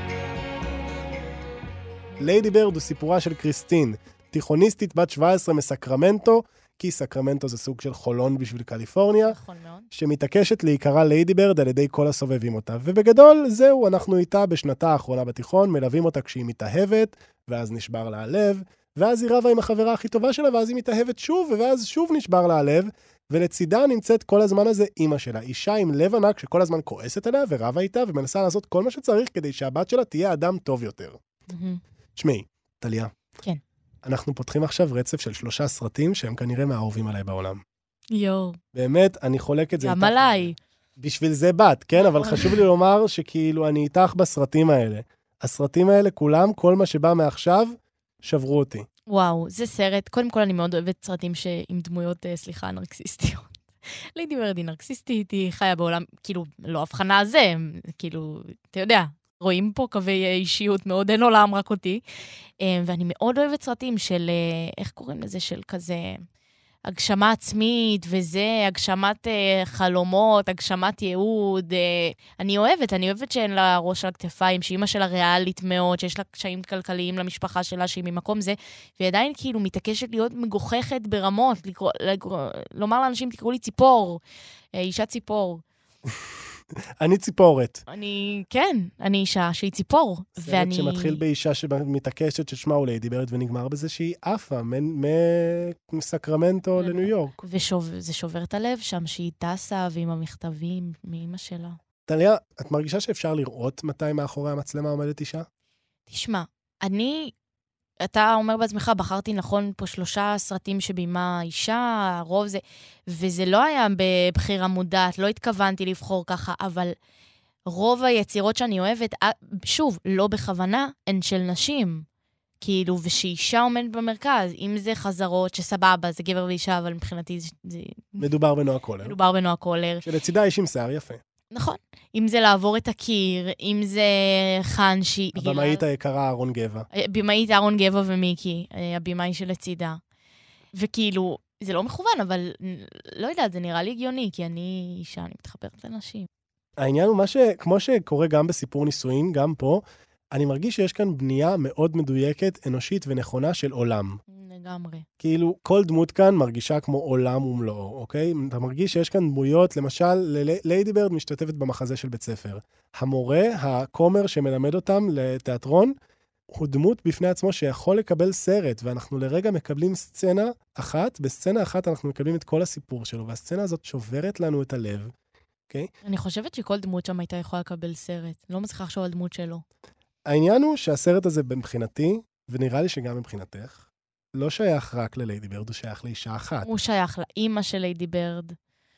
ליידי ברד הוא סיפורה של קריסטין, תיכוניסטית בת שבע עשרה מסקרמנטו, כי סקרמנטו זה סוג של חולון בשביל קליפורניה, נכון מאוד. שמתעקשת להיקרא ליידי ברד על ידי כל הסובבים אותה. ובגדול, זהו, אנחנו איתה בשנתה האחרונה בתיכון, מלווים אותה כשהיא מתאהבת, ואז נשבר לה הלב, ואז היא רבה עם החברה הכי טובה שלה, ואז היא מתאהבת שוב, ואז שוב נשבר לה הלב, ולצידה נמצאת כל הזמן הזה אמא שלה, אישה עם לב ענק שכל הזמן כועסת עליה ורבה איתה, ומנסה לעשות כל מה שצריך כדי שהבת שלה תהיה אדם טוב יותר. תשמעי, טליה. כן. אנחנו פותחים עכשיו רצף של שלושה סרטים שהם כנראה מהאהובים עליי בעולם. יו. באמת, אני חולק את זה. גם עליי. בשביל זה בת, כן? אבל חשוב לי לומר שכאילו אני איתך בסרטים האלה. הסרטים האלה כולם, כל מה שבא מעכשיו, שברו אותי. וואו, זה סרט. קודם כל אני מאוד אוהבת סרטים עם דמויות, סליחה, נרקסיסטיות. ליידי ברד היא נרקסיסטית, היא חיה בעולם, כאילו, לא הבחנה הזה, כאילו, אתה יודע, רואים פה קווי אישיות מאוד, אין עולם רק אותי. ואני מאוד אוהבת סרטים של, איך קוראים לזה, של כזה הגשמה עצמית, וזה, הגשמת חלומות, הגשמת ייעוד. אני אוהבת, אני אוהבת שאין לה ראש על הכתפיים, שאימא שלה ריאלית מאוד, שיש לה קשיים כלכליים למשפחה שלה, שהיא ממקום זה, והיא עדיין כאילו מתעקשת להיות מגוחכת ברמות, לקרוא, לקרוא, לומר לאנשים, תקראו לי ציפור, אישה ציפור. אני ציפורת. אני, כן, אני אישה שהיא ציפור. סרט ואני... שמתחיל באישה שמתעקשת ששמה הוא ליידי ברד, ונגמר בזה שהיא עפה מסקרמנטו לניו יורק. וזה שובר את הלב שם, שהיא טסה ועם המכתבים מאמא שלה. טליה, את מרגישה שאפשר לראות מתי מאחורי המצלמה עומדת אישה? תשמע, אני... אתה אומר בעצמך, בחרתי נכון פה שלושה סרטים שבימה אישה, הרוב זה, וזה לא היה בבחירה מודעת, לא התכוונתי לבחור ככה, אבל רוב היצירות שאני אוהבת, שוב, לא בכוונה, הן של נשים. כאילו, ושאישה עומדת במרכז, אם זה חזרות, שסבבה, זה גבר ואישה, אבל מבחינתי זה... מדובר בנועה קולר. מדובר בנועה קולר. שלצידה יש עם שיער יפה. נכון. אם זה לעבור את הקיר, אם זה חנשי. הבמאית היקרה אהרון גבע. הבמאית אהרון גבע ומיקי, הבמאי שלצידה. וכאילו, זה לא מכוון, אבל לא יודעת, זה נראה לי הגיוני, כי אני אישה, אני מתחברת לנשים. העניין הוא מה ש... כמו שקורה גם בסיפור נישואין, גם פה, אני מרגיש שיש כאן בנייה מאוד מדויקת, אנושית ונכונה של עולם. לגמרי. כאילו, כל דמות כאן מרגישה כמו עולם ומלואו, אוקיי? אתה מרגיש שיש כאן דמויות, למשל, ליידי ברד משתתפת במחזה של בית ספר. המורה, הכומר שמלמד אותם לתיאטרון, הוא דמות בפני עצמו שיכול לקבל סרט, ואנחנו לרגע מקבלים סצנה אחת, בסצנה אחת אנחנו מקבלים את כל הסיפור שלו, והסצנה הזאת שוברת לנו את הלב, אוקיי? אני חושבת שכל דמות שם הייתה יכולה לקבל סרט. לא מצליחה לחשוב על דמות שלו. העניין הוא שהסרט הזה מבחינתי, ונראה לי שגם מבחינתך, לא שייך רק לליידי ברד, הוא שייך לאישה אחת. הוא שייך לאמא של ליידי ברד.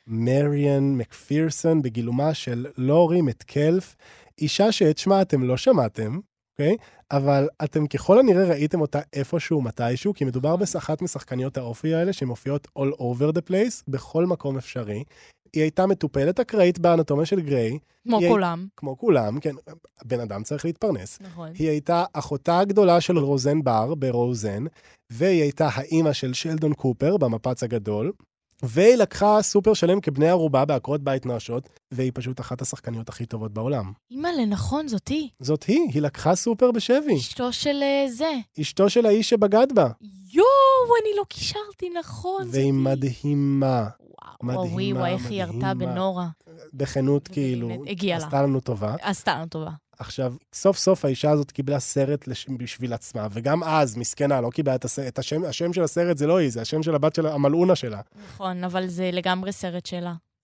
מריאן מקפירסון, בגילומה של לורי מתקלף, אישה שאת שמה אתם לא שמעתם, אוקיי? אבל אתם ככל הנראה ראיתם אותה איפשהו מתישהו, כי מדובר באחת משחקניות האופי האלה, שמופיעות all over the place, בכל מקום אפשרי. היא הייתה מטופלת אקראית באנטומיה של גריי. כמו כולם. הי... כמו כולם, כן. בן אדם צריך להתפרנס. נכון. היא הייתה אחותה הגדולה של רוזן בר ברוזן, והיא הייתה האימא של שלדון קופר במפץ הגדול, והיא לקחה סופר שלם כבני ערובה בעקרות בית נואשות, והיא פשוט אחת השחקניות הכי טובות בעולם. אמא, לנכון, זאת היא. זאת היא, היא לקחה סופר בשבי. אשתו של זה. אשתו של האיש שבגד בה. יואו, אני לא קישרתי, נכון. והיא מדהימה. וואו, וואי, וואי, איך היא ירתה בנורה. בכנות, כאילו, עשתה לנו טובה. עשתה לנו טובה. עכשיו, סוף סוף האישה הזאת קיבלה סרט בשביל עצמה, וגם אז, מסכנה, לא קיבלה את, את השם, השם של הסרט זה לא היא, זה השם של הבת של המלאונה שלה. נכון, אבל זה לגמרי סרט שלה.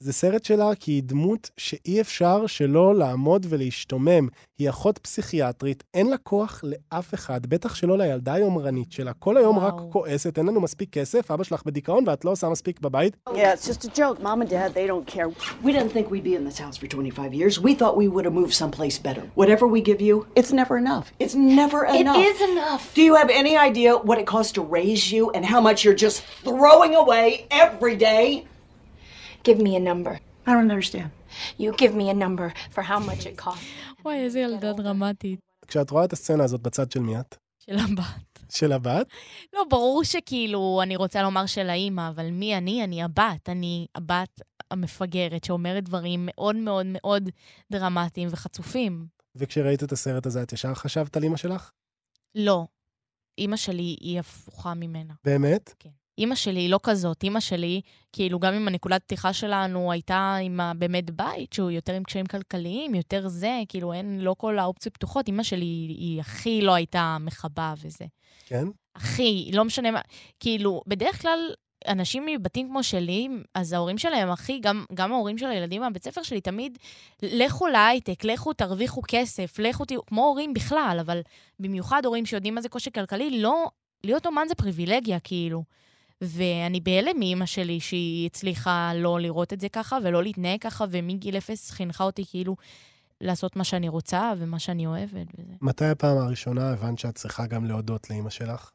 זה סרט שלה כי היא דמות שאי אפשר שלא לעמוד ולהשתומם. היא אחות פסיכיאטרית, אין לה כוח לאף אחד, בטח שלא לילדה היומרנית שלה. כל היום רק כועסת, אין לנו מספיק כסף, אבא שלך בדיכאון ואת לא עושה מספיק בבית. Yeah, it's just a joke. Mom and Dad, they don't care. We didn't think we'd be in this house for twenty-five years. We thought we would have moved someplace better. Whatever we give you, it's never enough. It's never enough. It is enough. Do you have any idea what it costs to raise you and how much you're just throwing away every day? Give me a number. I don't understand. You give me a number for how much it costs. וואי, איזה ילדה דרמטית. כשאת רואה את הסצנה הזאת בצד של מי את? של הבת. של הבת? לא, ברור שכאילו, אני רוצה לומר של האמא, אבל מי אני? אני הבת. אני הבת המפגרת שאומרת דברים מאוד מאוד מאוד דרמטיים וחצופים. וכשראית את הסרט הזה, את ישר חשבת על אמא שלך? לא. אמא שלי היא הפוכה ממנה. באמת? כן. אמא שלי היא לא כזאת. אמא שלי, כאילו גם עם הנקודת פתיחה שלנו, הייתה עם באמת בית, שהוא יותר עם קשיים כלכליים, יותר זה, כאילו אין, לא כל האופציות פתוחות. אמא שלי היא, היא הכי לא הייתה מחבה וזה. כן? הכי, לא משנה מה, כאילו, בדרך כלל, אנשים מבתים כמו שלי, אז ההורים שלהם, הכי, גם, גם ההורים של הילדים מהבית ספר שלי, תמיד, לכו להייטק, לכו תרוויחו כסף, לכו תהיו, כמו הורים בכלל, אבל במיוחד הורים שיודעים מה זה קושי כלכלי, לא, להיות אומן זה פריבילגיה, כאילו. ואני בהלם מאמא שלי שהיא הצליחה לא לראות את זה ככה, ולא להתנהג ככה, ומגיל אפס חינכה אותי כאילו לעשות מה שאני רוצה, ומה שאני אוהבת. וזה. מתי הפעם הראשונה הבנת שאת צריכה גם להודות לאמא שלך?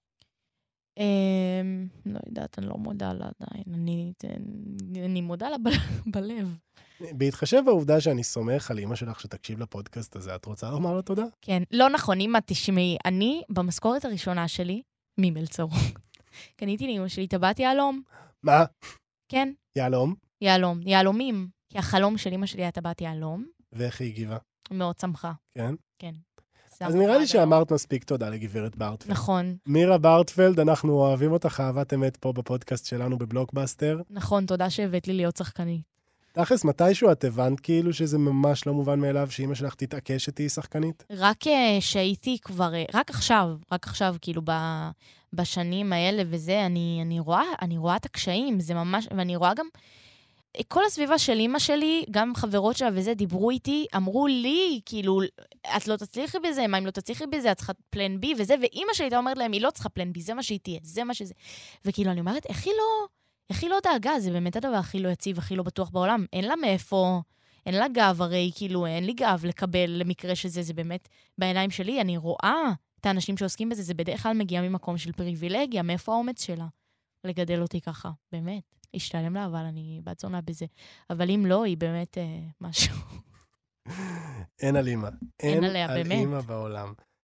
לא יודעת, אני לא מודה לה עדיין. אני, אני מודה לה בלב. בהתחשב בעובדה שאני סומך על אמא שלך שתקשיב לפודקאסט הזה, את רוצה לומר לה תודה? כן, לא נכון, אמא, תשמעי, אני במשכורת הראשונה שלי, ממלצור, קניתי לאמא שלי טבעת יעלום. מה? כן. יעלום? יעלום, יעלומים. כי החלום של אמא שלי היה טבעת יעלום. ואיך היא הגיבה? מאוד שמחה. כן? כן. אז נראה לי שאמרת מספיק תודה לגברת בארטפלד. נכון. מירה בארטפלד, אנחנו אוהבים אותך אהבת אמת פה בפודקאסט שלנו בבלוקבאסטר. נכון, תודה שהבאת לי להיות שחקנית. תכלס, מתישהו את הבנת כאילו שזה ממש לא מובן מאליו שאמא שלך תתעקש שתהי שחקנית? רק שהייתי כבר, רק עכשיו, רק עכשיו, כאילו ב, בשנים האלה וזה, אני, אני רואה, אני רואה את הקשיים, זה ממש, ואני רואה גם, כל הסביבה של אמא שלי, גם חברות שלה וזה, דיברו איתי, אמרו לי, כאילו, את לא תצליחי בזה, מה אם לא תצליחי בזה, את צריכה פלן בי וזה, ואמא שלי הייתה אומרת להם, היא לא צריכה פלן בי, זה מה שהיא תהיה, זה מה שזה. וכאילו, אני אומרת, איך היא לא... איך היא לא דאגה? זה באמת הדבר הכי לא יציב, הכי לא בטוח בעולם. אין לה מאיפה, אין לה גב, הרי כאילו אין לי גב לקבל למקרה שזה, זה באמת בעיניים שלי. אני רואה את האנשים שעוסקים בזה, זה בדרך כלל מגיע ממקום של פריבילגיה, מאיפה האומץ שלה לגדל אותי ככה, באמת. השתלם לה, אבל אני בת זונה בזה. אבל אם לא, היא באמת אה, משהו. אין על אמא. אין עליה, באמת. אין על אמא בעולם.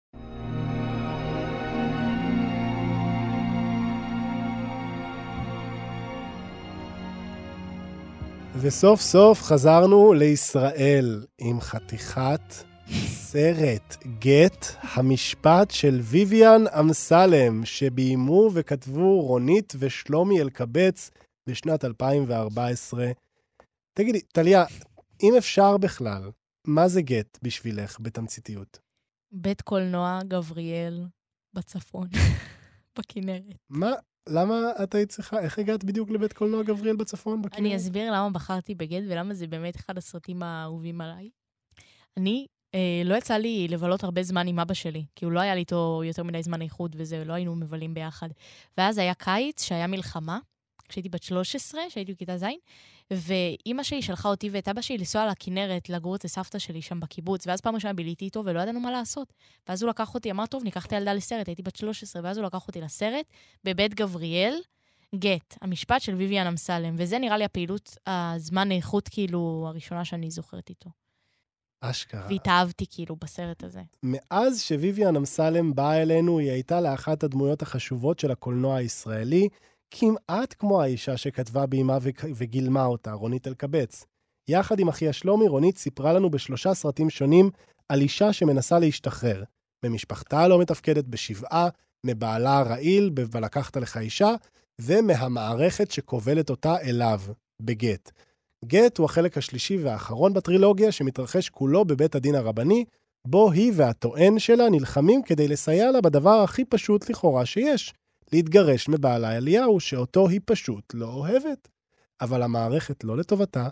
וסוף סוף חזרנו לישראל עם חתיכת סרט גט, המשפט של ויויאן אמסלם, שביימו וכתבו רונית ושלומי אלקבץ בשנת אלפיים וארבע עשרה. תגידי, טליה, אם אפשר בכלל, מה זה גט בשבילך בתמציתיות? בית קולנוע גבריאל בצפון, בכנרת. מה? למה את היית צריכה? איך הגעת בדיוק לבית קולנוע גבריאל בצפון? בכנרת? אני אסביר למה בחרתי בגט ולמה זה באמת אחד הסרטים האהובים עליי. אני, אה, לא יצא לי לבלות הרבה זמן עם אבא שלי, כי הוא לא היה לי איתו יותר מדי זמן איכות וזה, לא היינו מבלים ביחד. ואז היה קיץ שהיה מלחמה, כשהייתי בת שלוש עשרה, שהייתי בכיתה זין, ואימא שלי שלחה אותי ואת אבא שלי לנסוע לכנרת, לגור אצל סבתא שלי שם בקיבוץ, ואז פעם ראשונה ביליתי איתו ולא ידענו מה לעשות. ואז הוא לקח אותי, אמר טוב, ניקח את הילדה לסרט, הייתי בת שלוש עשרה, ואז הוא לקח אותי לסרט, בבית גבריאל, גט, המשפט של ויויאן אמסלם, וזה נראה לי הפעילות, הזמן איכות כאילו הראשונה שאני זוכרת איתו. אשכרה. והתאהבתי כאילו בסרט הזה. מאז שוויויאן אמסלם באה אלינו, היא הייתה לאחת הדמויות החשובות של הקולנוע הישראלי, כמעט כמו האישה שכתבה באימה וגילמה אותה, רונית אלקבץ. יחד עם אחיה שלומי, רונית סיפרה לנו בשלושה סרטים שונים על אישה שמנסה להשתחרר. ממשפחתה לא מתפקדת בשבעה, מבעלה הרעיל, בלקחת לך אישה, ומהמערכת שכובלת אותה אליו, בגט. גט הוא החלק השלישי והאחרון בטרילוגיה שמתרחש כולו בבית הדין הרבני, בו היא והטוען שלה נלחמים כדי לסייע לה בדבר הכי פשוט לכאורה שיש, להתגרש מבעלה אליהו שאותו היא פשוט לא אוהבת. אבל המערכת לא לטובתה,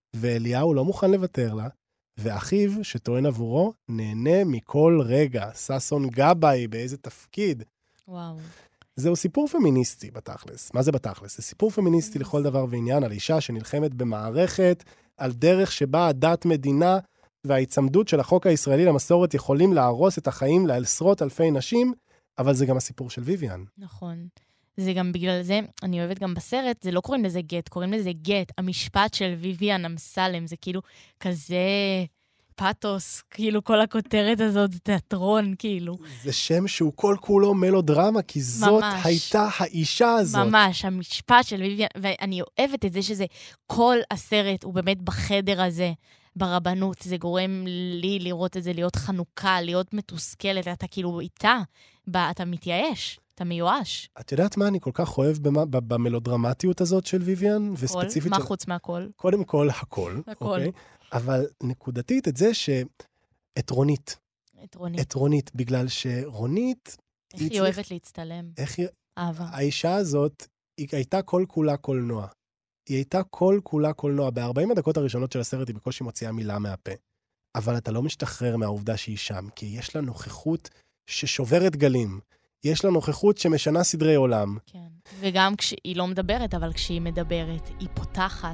ואליהו לא מוכן לוותר לה, ואחיו, שטוען עבורו, נהנה מכל רגע. ששון גבאי, באיזה תפקיד. וואו. זהו סיפור פמיניסטי בתכלס. מה זה בתכלס? זה סיפור פמיניסטי לכל דבר ועניין, על אישה שנלחמת במערכת, על דרך שבה הדת מדינה, וההיצמדות של החוק הישראלי למסורת יכולים להרוס את החיים לעשרות אלפי נשים, אבל זה גם הסיפור של ויויאן. נכון. זה גם בגלל זה, אני אוהבת גם בסרט, זה לא קוראים לזה גט, קוראים לזה גט. המשפט של ויויאן אמסלם, זה כאילו כזה פאטוס, כאילו כל הכותרת הזאת, תיאטרון, כאילו. זה שם שהוא כל כולו מלודרמה, כי זאת ממש. הייתה האישה הזאת. ממש, המשפט של ויויאן, ואני אוהבת את זה שזה, כל הסרט הוא באמת בחדר הזה, ברבנות, זה גורם לי לראות את זה, להיות חנוכה, להיות מתוסכלת, אתה כאילו איתה, אתה מתייאש. אתה מיואש. את יודעת מה אני כל כך אוהב במה, במלודרמטיות הזאת של ויויאן? וספציפית מה של... חוץ מהכל? קודם כל, הכל. הכל. אוקיי? אבל נקודתית את זה שאת רונית. את רונית. את רונית, בגלל שרונית... איך היא, היא אוהבת צריך... להצטלם? איך היא... אהבה. האישה הזאת, היא הייתה כל כולה קולנוע. היא הייתה כל כולה קולנוע. ב-ארבעים הדקות הראשונות של הסרט היא בקושי מוציאה מילה מהפה. אבל אתה לא משתחרר מהעובדה שהיא שם, כי יש לה נוכחות ששוברת גלים. יש לה נוכחות שמשנה סדרי עולם. כן. וגם כשהיא לא מדברת, אבל כשהיא מדברת, היא פותחת.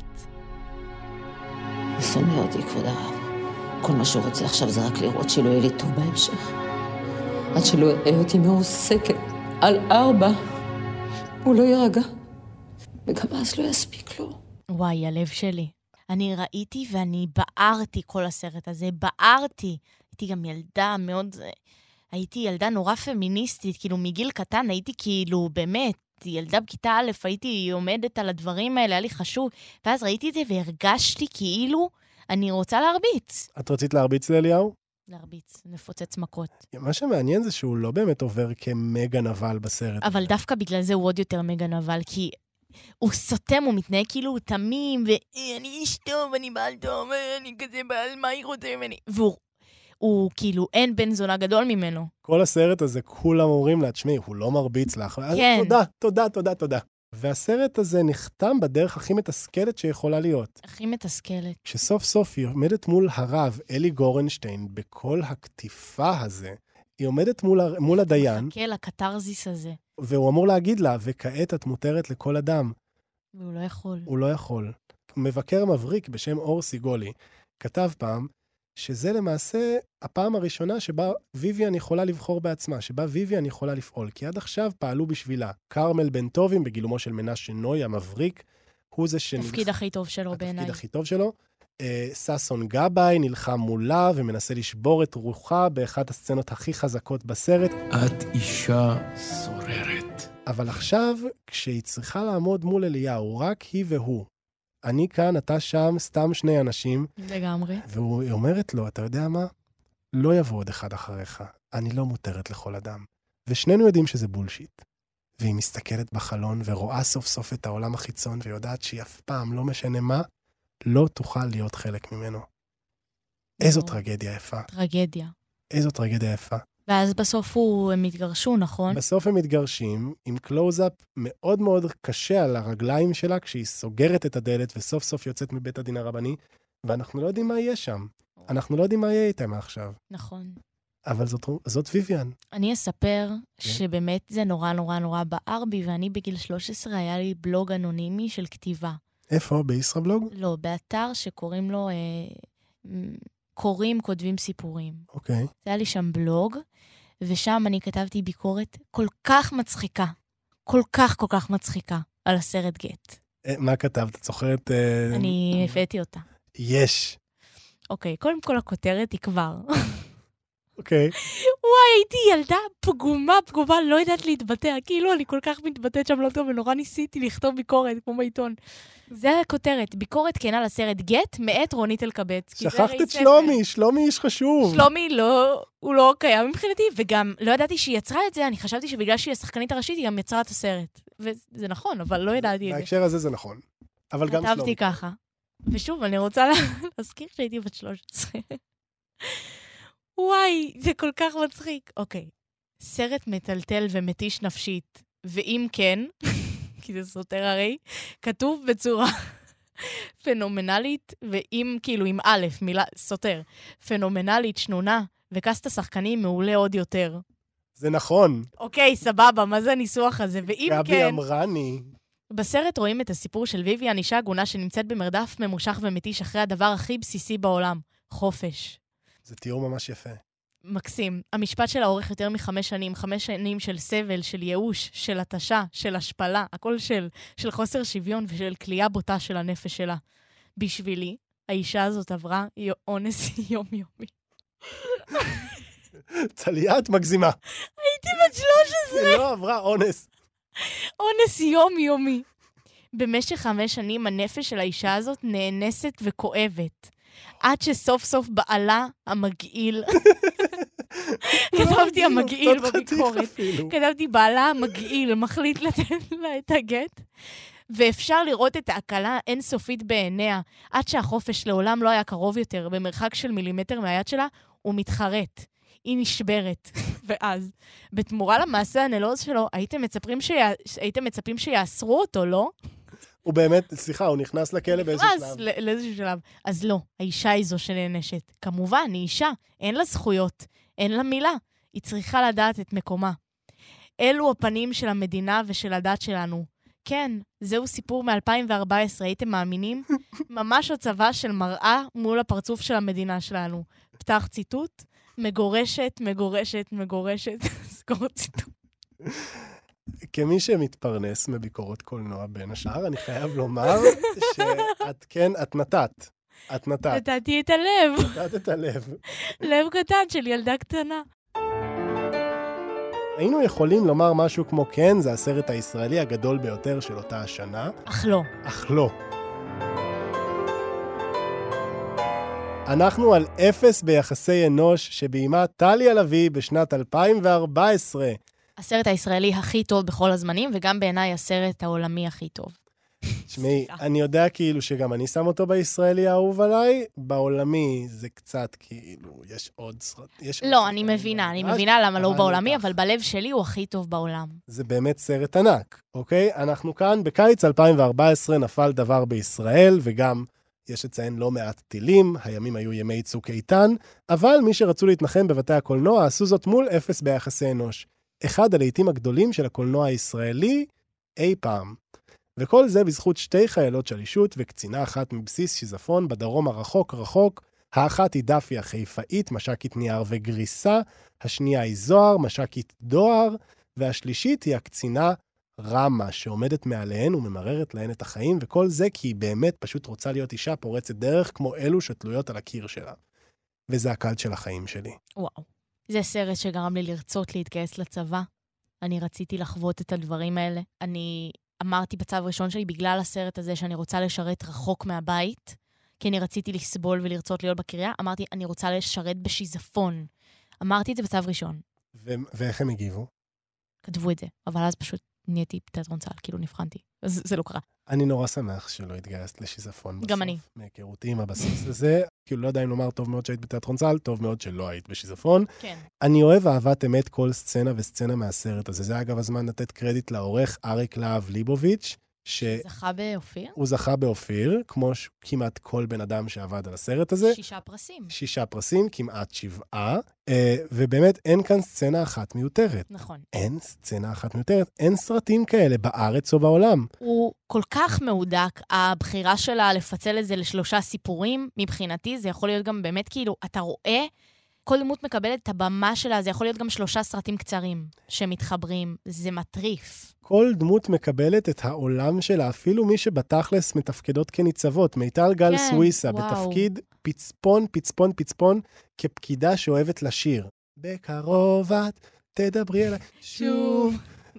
הוא שונא אותי, כבוד הרב. כל מה שהוא רוצה עכשיו זה רק לראות שלא יהיה לי טוב בהמשך. עד שלא יראה אותי מעוסקת על ארבע, הוא לא יירגע. וגם אז לא יספיק לו. וואי, הלב שלי. אני ראיתי ואני בערתי כל הסרט הזה. בערתי. הייתי גם ילדה מאוד... הייתי ילדה נורא פמיניסטית, כאילו מגיל קטן הייתי כאילו באמת, ילדה בכיתה א', הייתי עומדת על הדברים האלה, היה לי חשוב, ואז ראיתי את זה והרגשתי כאילו אני רוצה להרביץ. את רצית להרביץ לאליהו? להרביץ, נפוצץ מכות. מה שמעניין זה שהוא לא באמת עובר כמגה נבל בסרט. אבל הזה. דווקא בגלל זה הוא עוד יותר מגה נבל, כי הוא סותם, הוא מתנהג כאילו הוא תמים, ואני איש טוב, אני בעל טוב, אני כזה בעל, מה היא רוצה ממני? והוא... הוא כאילו אין בן זונה גדול ממנו. כל הסרט הזה כולם אומרים לה, תשמעי, הוא לא מרביץ לך. כן. תודה, תודה, תודה, תודה. והסרט הזה נחתם בדרך הכי מתסכלת שיכולה להיות. הכי מתסכלת. כשסוף סוף היא עומדת מול הרב אלי גורנשטיין, בכל הכתיפה הזה, היא עומדת מול, מול הדיין. מחכה לקטרזיס הזה. והוא אמור להגיד לה, וכעת את מותרת לכל אדם. והוא לא יכול. הוא לא יכול. מבקר מבריק בשם אור סיגולי, כתב פעם, שזה למעשה הפעם הראשונה שבה ויויאן יכולה לבחור בעצמה, שבה ויויאן יכולה לפעול, כי עד עכשיו פעלו בשבילה. קרמל בן טובים, בגילומו של מנשה נוי, המבריק, הוא זה שנלחם... התפקיד הכי טוב שלו בעיניי. התפקיד הכי טוב שלו. ששון גבאי נלחם מולה ומנסה לשבור את רוחה באחת הסצנות הכי חזקות בסרט. את אישה סוררת. אבל עכשיו, כשהיא צריכה לעמוד מול אליהו, רק היא והוא, אני כאן, אתה שם, סתם שני אנשים. לגמרי. והיא אומרת לו, אתה יודע מה? לא יבוא עוד אחד אחריך. אני לא מותרת לכל אדם. ושנינו יודעים שזה בולשיט. והיא מסתכלת בחלון ורואה סוף סוף את העולם החיצון, ויודעת שהיא אף פעם, לא משנה מה, לא תוכל להיות חלק ממנו. איזו טרגדיה יפה. טרגדיה. איזו טרגדיה יפה. ואז בסוף הוא, הם התגרשו, נכון? בסוף הם מתגרשים, עם קלוז-אפ מאוד מאוד קשה על הרגליים שלה, כשהיא סוגרת את הדלת וסוף סוף יוצאת מבית הדין הרבני, ואנחנו לא יודעים מה יהיה שם. אנחנו לא יודעים מה יהיה איתם עכשיו. נכון. אבל זאת, זאת ויויאן. אני אספר שבאמת זה נורא נורא נורא בער בי, ואני בגיל שלוש עשרה היה לי בלוג אנונימי של כתיבה. איפה? בישראבלוג? לא, באתר שקוראים לו... אה, קוראים, כותבים סיפורים. אוקיי. Okay. זה היה לי שם בלוג, ושם אני כתבתי ביקורת כל כך מצחיקה, כל כך כל כך מצחיקה, על הסרט גט. מה כתבת? את זוכרת? אני הבאתי אותה. יש. אוקיי, קודם כל הכותרת היא כבר. אוקיי. וואי, הייתי ילדה פגומה, פגומה, לא יודעת להתבטא, כאילו אני כל כך מתבטאת שם לא טוב, ונורא ניסיתי לכתוב ביקורת, כמו בעיתון. זה הכותרת, ביקורת כנה לסרט גט, מאת רונית אלקבץ. שכחת את שלומי, שלומי איש חשוב. שלומי לא, הוא לא קיים מבחינתי, וגם לא ידעתי שהיא יצרה את זה, אני חשבתי שבגלל שהיא השחקנית הראשית, היא גם יצרה את הסרט. וזה נכון, אבל לא ידעתי את זה. בהקשר הזה זה נכון. אבל גם שלומי. כתבתי ככה. ושוב, אני רוצה להזכיר שהייתי בת שלוש עשרה. וואי, זה כל כך מצחיק. אוקיי, סרט מטלטל ומתיש נפשית, ואם כן, כי זה סותר הרי, כתוב בצורה פנומנלית, ועם, כאילו, עם א', מילה, סותר. פנומנלית, שנונה, וקסט השחקנים מעולה עוד יותר. זה נכון. אוקיי, סבבה, מה זה הניסוח הזה? ואם כן... גבי אמרני. בסרט רואים את הסיפור של ויויאן, אישה עגונה שנמצאת במרדף ממושך ומתיש אחרי הדבר הכי בסיסי בעולם, חופש. זה תיאור ממש יפה. מקסים. המשפט שלה אורך יותר מחמש שנים, חמש שנים של סבל, של ייאוש, של התשה, של השפלה, הכל של, של חוסר שוויון ושל כלייה בוטה של הנפש שלה. בשבילי, האישה הזאת עברה אונס יומיומי. טליה, את מגזימה. הייתי בת שלוש עשרה. היא לא עברה אונס. אונס יומיומי. במשך חמש שנים הנפש של האישה הזאת נאנסת וכואבת. עד שסוף סוף בעלה המגעיל, כתבתי המגעיל בביקורת, כתבתי בעלה המגעיל, מחליט לתת לה את הגט, ואפשר לראות את ההקלה האינסופית בעיניה, עד שהחופש לעולם לא היה קרוב יותר, במרחק של מילימטר מהיד שלה, הוא מתחרט. היא נשברת. ואז, בתמורה למעשה הנלוז שלו, הייתם מצפים, שיה... הייתם מצפים שיאסרו אותו, לא? הוא באמת, סליחה, הוא נכנס לכלא באיזשהו שלב. נכנס לאיזשהו שלב. אז לא, האישה היא זו שנענשת. כמובן, היא אישה, אין לה זכויות, אין לה מילה. היא צריכה לדעת את מקומה. אלו הפנים של המדינה ושל הדת שלנו. כן, זהו סיפור מ-אלפיים וארבע עשרה, הייתם מאמינים? ממש הצבא של מראה מול הפרצוף של המדינה שלנו. פתח ציטוט, מגורשת, מגורשת, מגורשת. סגור ציטוט. כמי שמתפרנס מביקורות קולנוע בין השאר, אני חייב לומר שאת כן, את נתת. את נתת. נתתי את הלב. נתת את הלב. לב קטן של ילדה קטנה. היינו יכולים לומר משהו כמו כן, זה הסרט הישראלי הגדול ביותר של אותה השנה. אך לא. אך לא. אנחנו על אפס ביחסי אנוש שביימה טליה לביא בשנת אלפיים וארבע עשרה. הסרט הישראלי הכי טוב בכל הזמנים, וגם בעיניי הסרט העולמי הכי טוב. תשמעי, אני יודע כאילו שגם אני שם אותו בישראלי האהוב עליי, בעולמי זה קצת כאילו, יש עוד סרט. לא, אני מבינה, אני מבינה למה לא בעולמי, אבל בלב שלי הוא הכי טוב בעולם. זה באמת סרט ענק, אוקיי? אנחנו כאן בקיץ אלפיים וארבע עשרה נפל דבר בישראל, וגם יש לציין לא מעט טילים, הימים היו ימי צוק איתן, אבל מי שרצו להתנחם בבתי הקולנוע עשו זאת מול אפס ביחסי אנוש. אחד הלעיתים הגדולים של הקולנוע הישראלי אי פעם. וכל זה בזכות שתי חיילות שלישות וקצינה אחת מבסיס שיזפון בדרום הרחוק רחוק. האחת היא דפי החיפאית, משקית נייר וגריסה, השנייה היא זוהר, משקית דואר, והשלישית היא הקצינה רמה, שעומדת מעליהן וממררת להן את החיים, וכל זה כי היא באמת פשוט רוצה להיות אישה פורצת דרך כמו אלו שתלויות על הקיר שלה. וזה הקלט של החיים שלי. וואו. זה סרט שגרם לי לרצות להתגייס לצבא. אני רציתי לחוות את הדברים האלה. אני אמרתי בצו ראשון שלי, בגלל הסרט הזה שאני רוצה לשרת רחוק מהבית, כי אני רציתי לסבול ולרצות להיות בקריה, אמרתי, אני רוצה לשרת בשיזפון. אמרתי את זה בצו ראשון. ו- ואיך הם הגיבו? כתבו את זה, אבל אז פשוט נהייתי תיאטרון צה"ל, כאילו נבחנתי. אז זה לא קרה. אני נורא שמח שלא התגייסת לשיזפון בסוף. גם אני. מהיכרותי עם הבסיס הזה, כאילו לא יודע אם לומר טוב מאוד שהיית בתיאטרון צה"ל, טוב מאוד שלא היית בשיזפון. כן. אני אוהב אהבת אמת כל סצנה וסצנה מהסרט הזה. זה אגב הזמן לתת קרדיט לעורך אריק להב ליבוביץ', ש... זכה באופיר? הוא זכה באופיר, כמו כמעט כל בן אדם שעבד על הסרט הזה. שישה פרסים. שישה פרסים, כמעט שבעה, ובאמת אין כאן סצנה אחת מיותרת. נכון. אין סצנה אחת מיותרת, אין סרטים כאלה בארץ או בעולם. הוא כל כך מהודק, הבחירה שלה לפצל את זה לשלושה סיפורים, מבחינתי זה יכול להיות גם באמת כאילו, אתה רואה, כל דמות מקבלת את הבמה שלה, זה יכול להיות גם שלושה סרטים קצרים שמתחברים, זה מטריף. כל דמות מקבלת את העולם שלה, אפילו מי שבתכלס מתפקדות כניצבות. מיטל גל כן, סוויסה, וואו. בתפקיד פצפון, פצפון, פצפון, כפקידה שאוהבת לשיר. בקרוב את תדברי אליי שוב.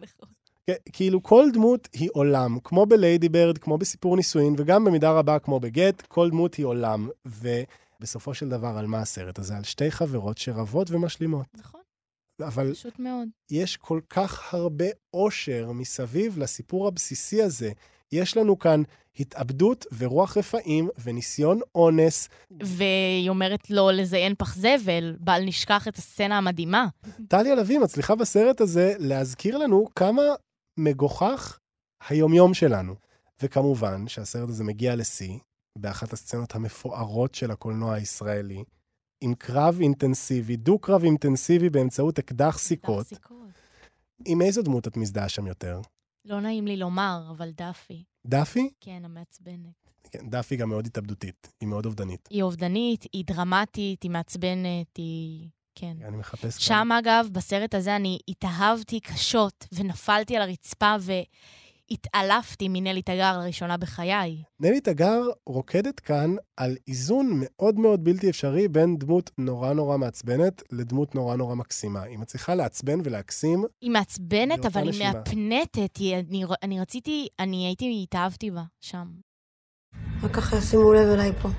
כאילו כל דמות היא עולם, כמו בליידי ברד, כמו בסיפור נישואין, וגם במידה רבה כמו בגט, כל דמות היא עולם. ובסופו של דבר על מה הסרט הזה? על שתי חברות שרבות ומשלימות. נכון. אבל פשוט מאוד. יש כל כך הרבה אושר מסביב לסיפור הבסיסי הזה. יש לנו כאן התאבדות ורוח רפאים וניסיון אונס. והיא אומרת לו לזיין פח זבל, בל נשכח את הסצנה המדהימה. טליה לביא מצליחה בסרט הזה להזכיר לנו כמה מגוחך היומיום שלנו. וכמובן שהסרט הזה מגיע לשיא, באחת הסצנות המפוארות של הקולנוע הישראלי, עם קרב אינטנסיבי, דו-קרב אינטנסיבי באמצעות אקדח סיכות. עם איזו דמות את מזדהה שם יותר? לא נעים לי לומר, אבל דאפי. דאפי? כן, המעצבנת. כן, דאפי גם מאוד התאבדותית, היא מאוד אובדנית. היא אובדנית, היא דרמטית, היא מעצבנת, היא... כן. אני מחפש שם, כאן. אגב, בסרט הזה אני התאהבתי קשות, ונפלתי על הרצפה, והתעלפתי מנלי תגר לראשונה בחיי. נלי תגר רוקדת כאן על איזון מאוד מאוד בלתי אפשרי, בין דמות נורא נורא מעצבנת, לדמות נורא נורא מקסימה. היא מצליחה לעצבן ולהקסים. היא מעצבנת, אבל היא מהפנטת. היא, אני, אני רציתי, אני הייתי, התאהבתי בה, שם. רק ככה שימו לב אליי פה.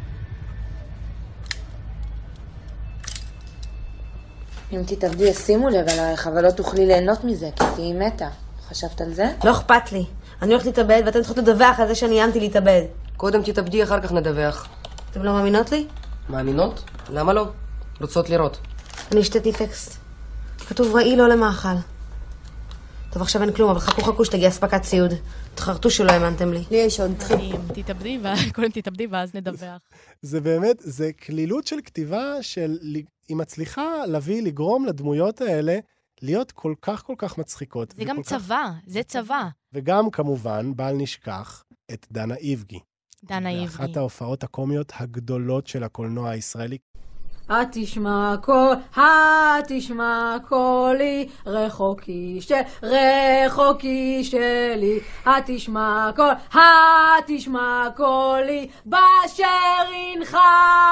אם תתאבדי, ישימו לב אלייך, אבל לא תוכלי ליהנות מזה, כי תהיי מתה. חשבת על זה? לא אכפת לי. אני הולכת להתאבד, ואתן צריכות לדווח על זה שאני איימתי להתאבד. קודם תתאבדי, אחר כך נדווח. אתם לא מאמינות לי? מאמינות? למה לא? רוצות לראות. אני השתתי טקסט. כתוב ראי לא למאכל. טוב, עכשיו אין כלום, אבל חכו חכו שתגיע אספקת ציוד. תחרטו שלא האמנתם לי. לי יש עוד תחיל. תתאבדי, קודם תתאבדי, ואז נדווח. זה באמת, זה כלילות של כתיבה של... היא מצליחה להביא, לגרום לדמויות האלה להיות כל כך כל כך מצחיקות. זה גם צבא, כך... זה צבא. וגם כמובן, בל נשכח את דנה איבגי. דנה איבגי. אחת ההופעות הקומיות הגדולות של הקולנוע הישראלי. התשמע קול, התשמע קולי, רחוקי של, רחוקי שלי, התשמע קול, התשמע קולי, באשר ינחה.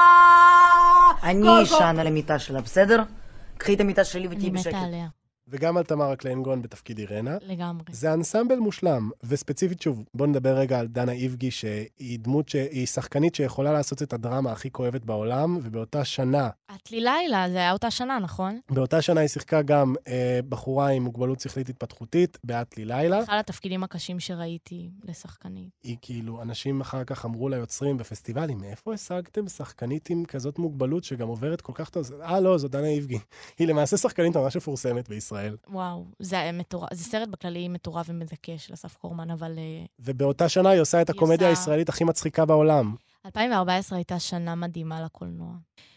אני אשן על המיטה שלה, בסדר? קחי את המיטה שלי ותהי בשקט. אני מתה עליה. וגם על תמרה קליינגון בתפקיד אירנה. לגמרי. זה אנסמבל מושלם, וספציפית שוב, בוא נדבר רגע על דנה איבגי, שהיא דמות שהיא שחקנית שיכולה לעשות את הדרמה הכי כואבת בעולם, ובאותה שנה... את לי לילה, זה היה אותה שנה, נכון? באותה שנה היא שיחקה גם אה, בחורה עם מוגבלות שכלית התפתחותית, באת לי לילה. אחד התפקידים הקשים שראיתי לשחקנית. היא כאילו, אנשים אחר כך אמרו ליוצרים בפסטיבלים, מאיפה השגתם שחקנית עם כזאת מוגבלות שגם עוברת כל כך טוב? אה, לא, זו דנה איבגי. היא למעשה שחקנית ממש מפורסמת בישראל. וואו, זה מטורף, זה סרט בכללי מטורף ומדכא של אסף קורמן, אבל... ובאותה שנה היא עושה את הקומדיה הישראלית הכי מצחיקה בעולם. אלפיים וארבע עשרה הייתה שנה מדהימה לקולנוע.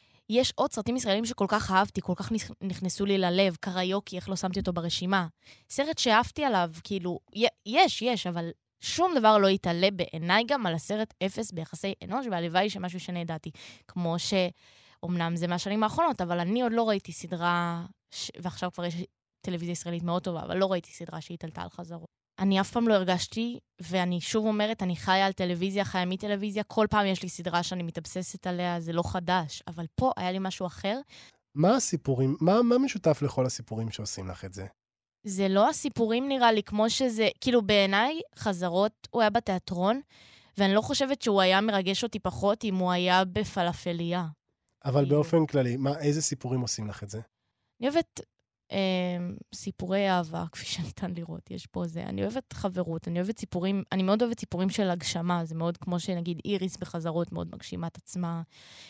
יש עוד סרטים ישראלים שכל כך אהבתי, כל כך נכנסו לי ללב, קריוקי, איך לא שמתי אותו ברשימה. סרט שאהבתי עליו, כאילו, יש, יש, אבל שום דבר לא יתעלה בעיניי גם על הסרט אפס ביחסי אנוש, והלוואי שמשהו שנדעתי, כמו שאומנם זה מהשנים האחרונות, אבל אני עוד לא ראיתי סדרה, ש... ועכשיו כבר יש טלוויזיה ישראלית מאוד טובה, אבל לא ראיתי סדרה שהתעלתה על חזרות. אני אף פעם לא הרגשתי, ואני שוב אומרת, אני חיה על טלוויזיה, חיה מטלוויזיה, כל פעם יש לי סדרה שאני מתאבססת עליה, זה לא חדש, אבל פה היה לי משהו אחר. מה הסיפורים, מה, מה משותף לכל הסיפורים שעושים לך את זה? זה לא הסיפורים נראה לי, כמו שזה, כאילו בעיניי, חזרות, הוא היה בתיאטרון, ואני לא חושבת שהוא היה מרגש אותי פחות אם הוא היה בפלאפליה. אבל באופן כללי, מה, איזה סיפורים עושים לך את זה? אני אוהבת אה, סיפורי אהבה, כפי שניתן לראות, יש פה זה. אני אוהבת חברות, אני אוהבת סיפורים, אני מאוד אוהבת סיפורים של הגשמה, זה מאוד כמו שנגיד איריס בחזרות מאוד מגשימה את עצמה,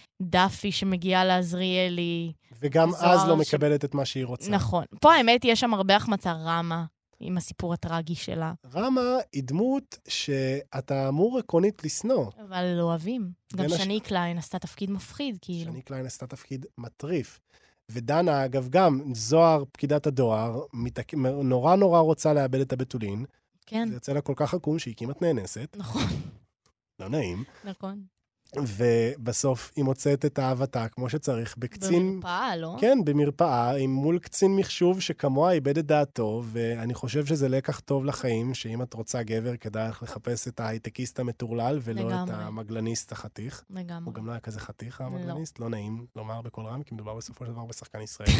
דאפי שמגיעה לעזריאלי. וגם אז לא ש... מקבלת את מה שהיא רוצה. נכון. פה האמת יש שם הרבה החמצה, רמה, עם הסיפור הטרגי שלה. רמה היא דמות שאתה אמור עקרונית לסנוע. אבל לא אוהבים. גם שני הש... קליין עשתה תפקיד מפחיד, כאילו. שני קליין עשתה תפקיד מטריף. ודנה, אגב, גם זוהר, פקידת הדואר, מתק... נורא נורא רוצה לאבד את הבתולין. כן. זה יצא לה כל כך עקום שהיא כמעט נאנסת. נכון. לא נעים. נכון. ובסוף היא מוצאת את אהבתה, כמו שצריך, בקצין... במרפאה, לא? כן, במרפאה, עם מול קצין מחשוב שכמוה איבד את דעתו, ואני חושב שזה לקח טוב לחיים, שאם את רוצה גבר, כדאי לך לחפש את ההייטקיסט המטורלל, ולא לגמרי. את המגלניסט החתיך. לגמרי. הוא גם לא היה כזה חתיך, המגלניסט, לא, לא נעים לומר בקול רם, כי מדובר בסופו של דבר בשחקן ישראלי.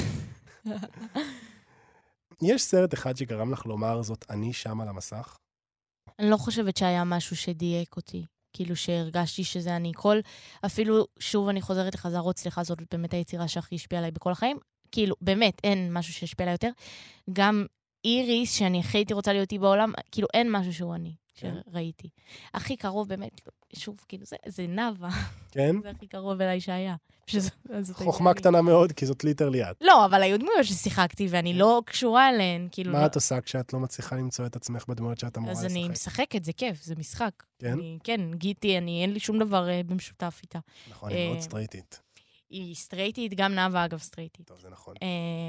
יש סרט אחד שגרם לך לומר זאת, אני שם על המסך? אני לא חושבת שהיה משהו שדייק אותי. כאילו שהרגשתי שזה אני כל, אפילו שוב אני חוזרת לחזרות, סליחה, זאת באמת היצירה שהכי השפיעה עליי בכל החיים, כאילו באמת אין משהו שהשפיע עליי יותר, גם איריס שאני הכי הייתי רוצה להיות בעולם, כאילו אין משהו שהוא אני, שראיתי. הכי קרוב באמת, שוב, כאילו, זה, זה נאווה. כן? זה הכי קרוב אליי שהיה. חוכמה קטנה מאוד, כי זאת ליטרלי את. לא, אבל היו דמויות ששיחקתי, ואני לא קשורה אליהן, כאילו... מה את עושה כשאת לא מצליחה למצוא את עצמך בדמויות שאת אמורה לשחק? אז אני משחקת, זה כיף, זה משחק. כן? כן, גיטי, אני, אין לי שום דבר במשותף איתה. נכון, היא מאוד סטרייטית. היא סטרייטית, גם נאווה אגב סטרייטית. טוב, זה נכון.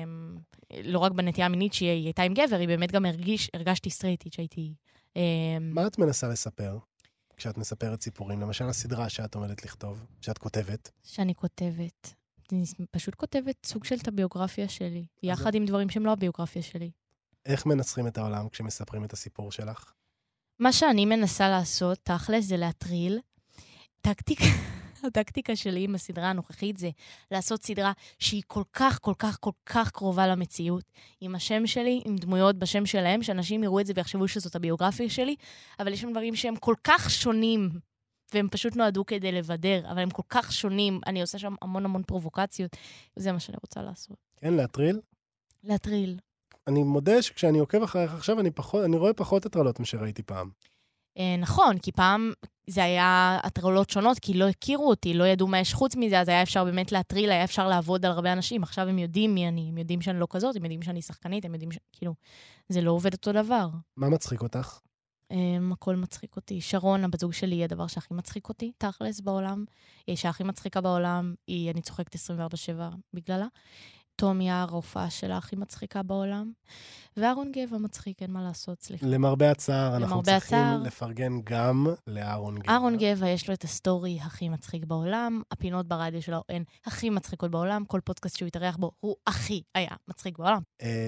לא רק בנטייה המינית שהיא הייתה עם גבר, היא באמת גם הרגשתי סטרייטית שהייתי... מה את מנסה לספר כשאת מספרת סיפורים? למשל הסדרה שאת עומדת לכתוב, שאת כותבת. שאני כותבת. אני פשוט כותבת סוג של את הביוגרפיה שלי, יחד עם דברים שהם לא הביוגרפיה שלי. איך מנסחים את העולם כשמספרים את הסיפור שלך? מה שאני מנסה לעשות, תכלס, זה להטריל. טקטיקה, הטקטיקה שלי עם הסדרה הנוכחית זה לעשות סדרה שהיא כל כך, כל כך, כל כך קרובה למציאות, עם השם שלי, עם דמויות בשם שלהם, שאנשים יראו את זה ויחשבו שזאת הביוגרפיה שלי, אבל יש שם דברים שהם כל כך שונים, והם פשוט נועדו כדי לבדר, אבל הם כל כך שונים, אני עושה שם המון המון פרובוקציות, וזה מה שאני רוצה לעשות. כן, להטריל? להטריל. אני מודה שכשאני עוקב אחריך עכשיו, אני, פחות, אני רואה פחות הטרלות משראיתי פעם. אה, נכון, כי פעם זה היה הטרלות שונות, כי לא הכירו אותי, לא ידעו מה יש חוץ מזה, אז היה אפשר באמת להטריל, היה אפשר לעבוד על הרבה אנשים. עכשיו הם יודעים מי אני, הם יודעים שאני לא כזאת, הם יודעים שאני שחקנית, הם יודעים ש... כאילו, זה לא עובד אותו דבר. מה מצחיק אותך? הכל מצחיק אותי. שרון, הבת זוג שלי, היא הדבר שהכי מצחיק אותי, תכלס בעולם. היא שהכי מצחיקה בעולם, היא, אני צוחקת עשרים וארבע שבע בגללה. תום יער, ההופעה שלה הכי מצחיקה בעולם. ואהרון גבע מצחיק, אין מה לעשות, סליחה. למרבה הצער, אנחנו למרבה צריכים הצער. לפרגן גם לאהרון גבע. אהרון גבע יש לו את הסטורי הכי מצחיק בעולם, הפינות ברדיו שלו הן הכי מצחיקות בעולם, כל פודקאסט שהוא יתארח בו הוא הכי היה מצחיק בעולם.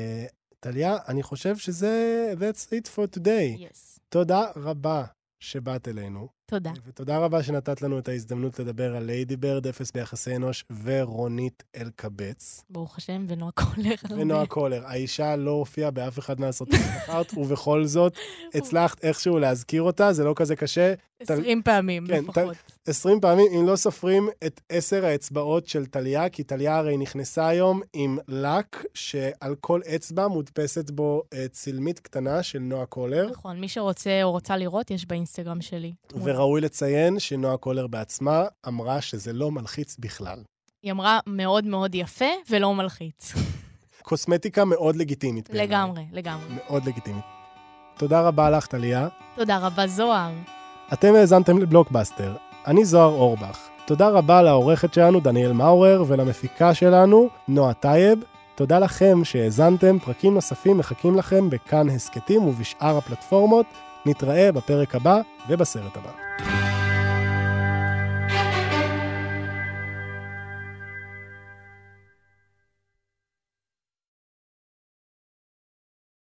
טליה, אני חושב שזה, that's it for today. Yes. תודה רבה שבאת אלינו. תודה. ותודה רבה שנתת לנו את ההזדמנות לדבר על ליידי ברד, אפס ביחסי אנוש, ורונית אלקבץ. ברוך השם, ונועה קולר. ונועה קולר. האישה לא הופיעה באף אחד מהסרטים שבחרת, ובכל זאת הצלחת איכשהו להזכיר אותה, זה לא כזה קשה. עשרים פעמים לפחות. עשרים פעמים, אם לא סופרים את עשר האצבעות של טליה, כי טליה הרי נכנסה היום עם לק, שעל כל אצבע מודפסת בו צילמית קטנה של נועה קולר. נכון, מי שרוצה או רוצה לראות, יש באינסטגרם שלי. וראוי לציין שנועה קולר בעצמה אמרה שזה לא מלחיץ בכלל. היא אמרה מאוד מאוד יפה ולא מלחיץ. קוסמטיקה מאוד לגיטימית. לגמרי, לגמרי. מאוד לגיטימית. תודה רבה לך, טליה. תודה רבה, זוהר. אתם האזנתם לבלוקבאסטר. אני זוהר אורבך. תודה רבה לעורכת שלנו, דניאל מאורר, ולמפיקה שלנו, נועה טייב. תודה לכם שהאזנתם. פרקים נוספים מחכים לכם בכאן הסקטים ובשאר הפלטפורמות. נתראה בפרק הבא ובסרט הבא.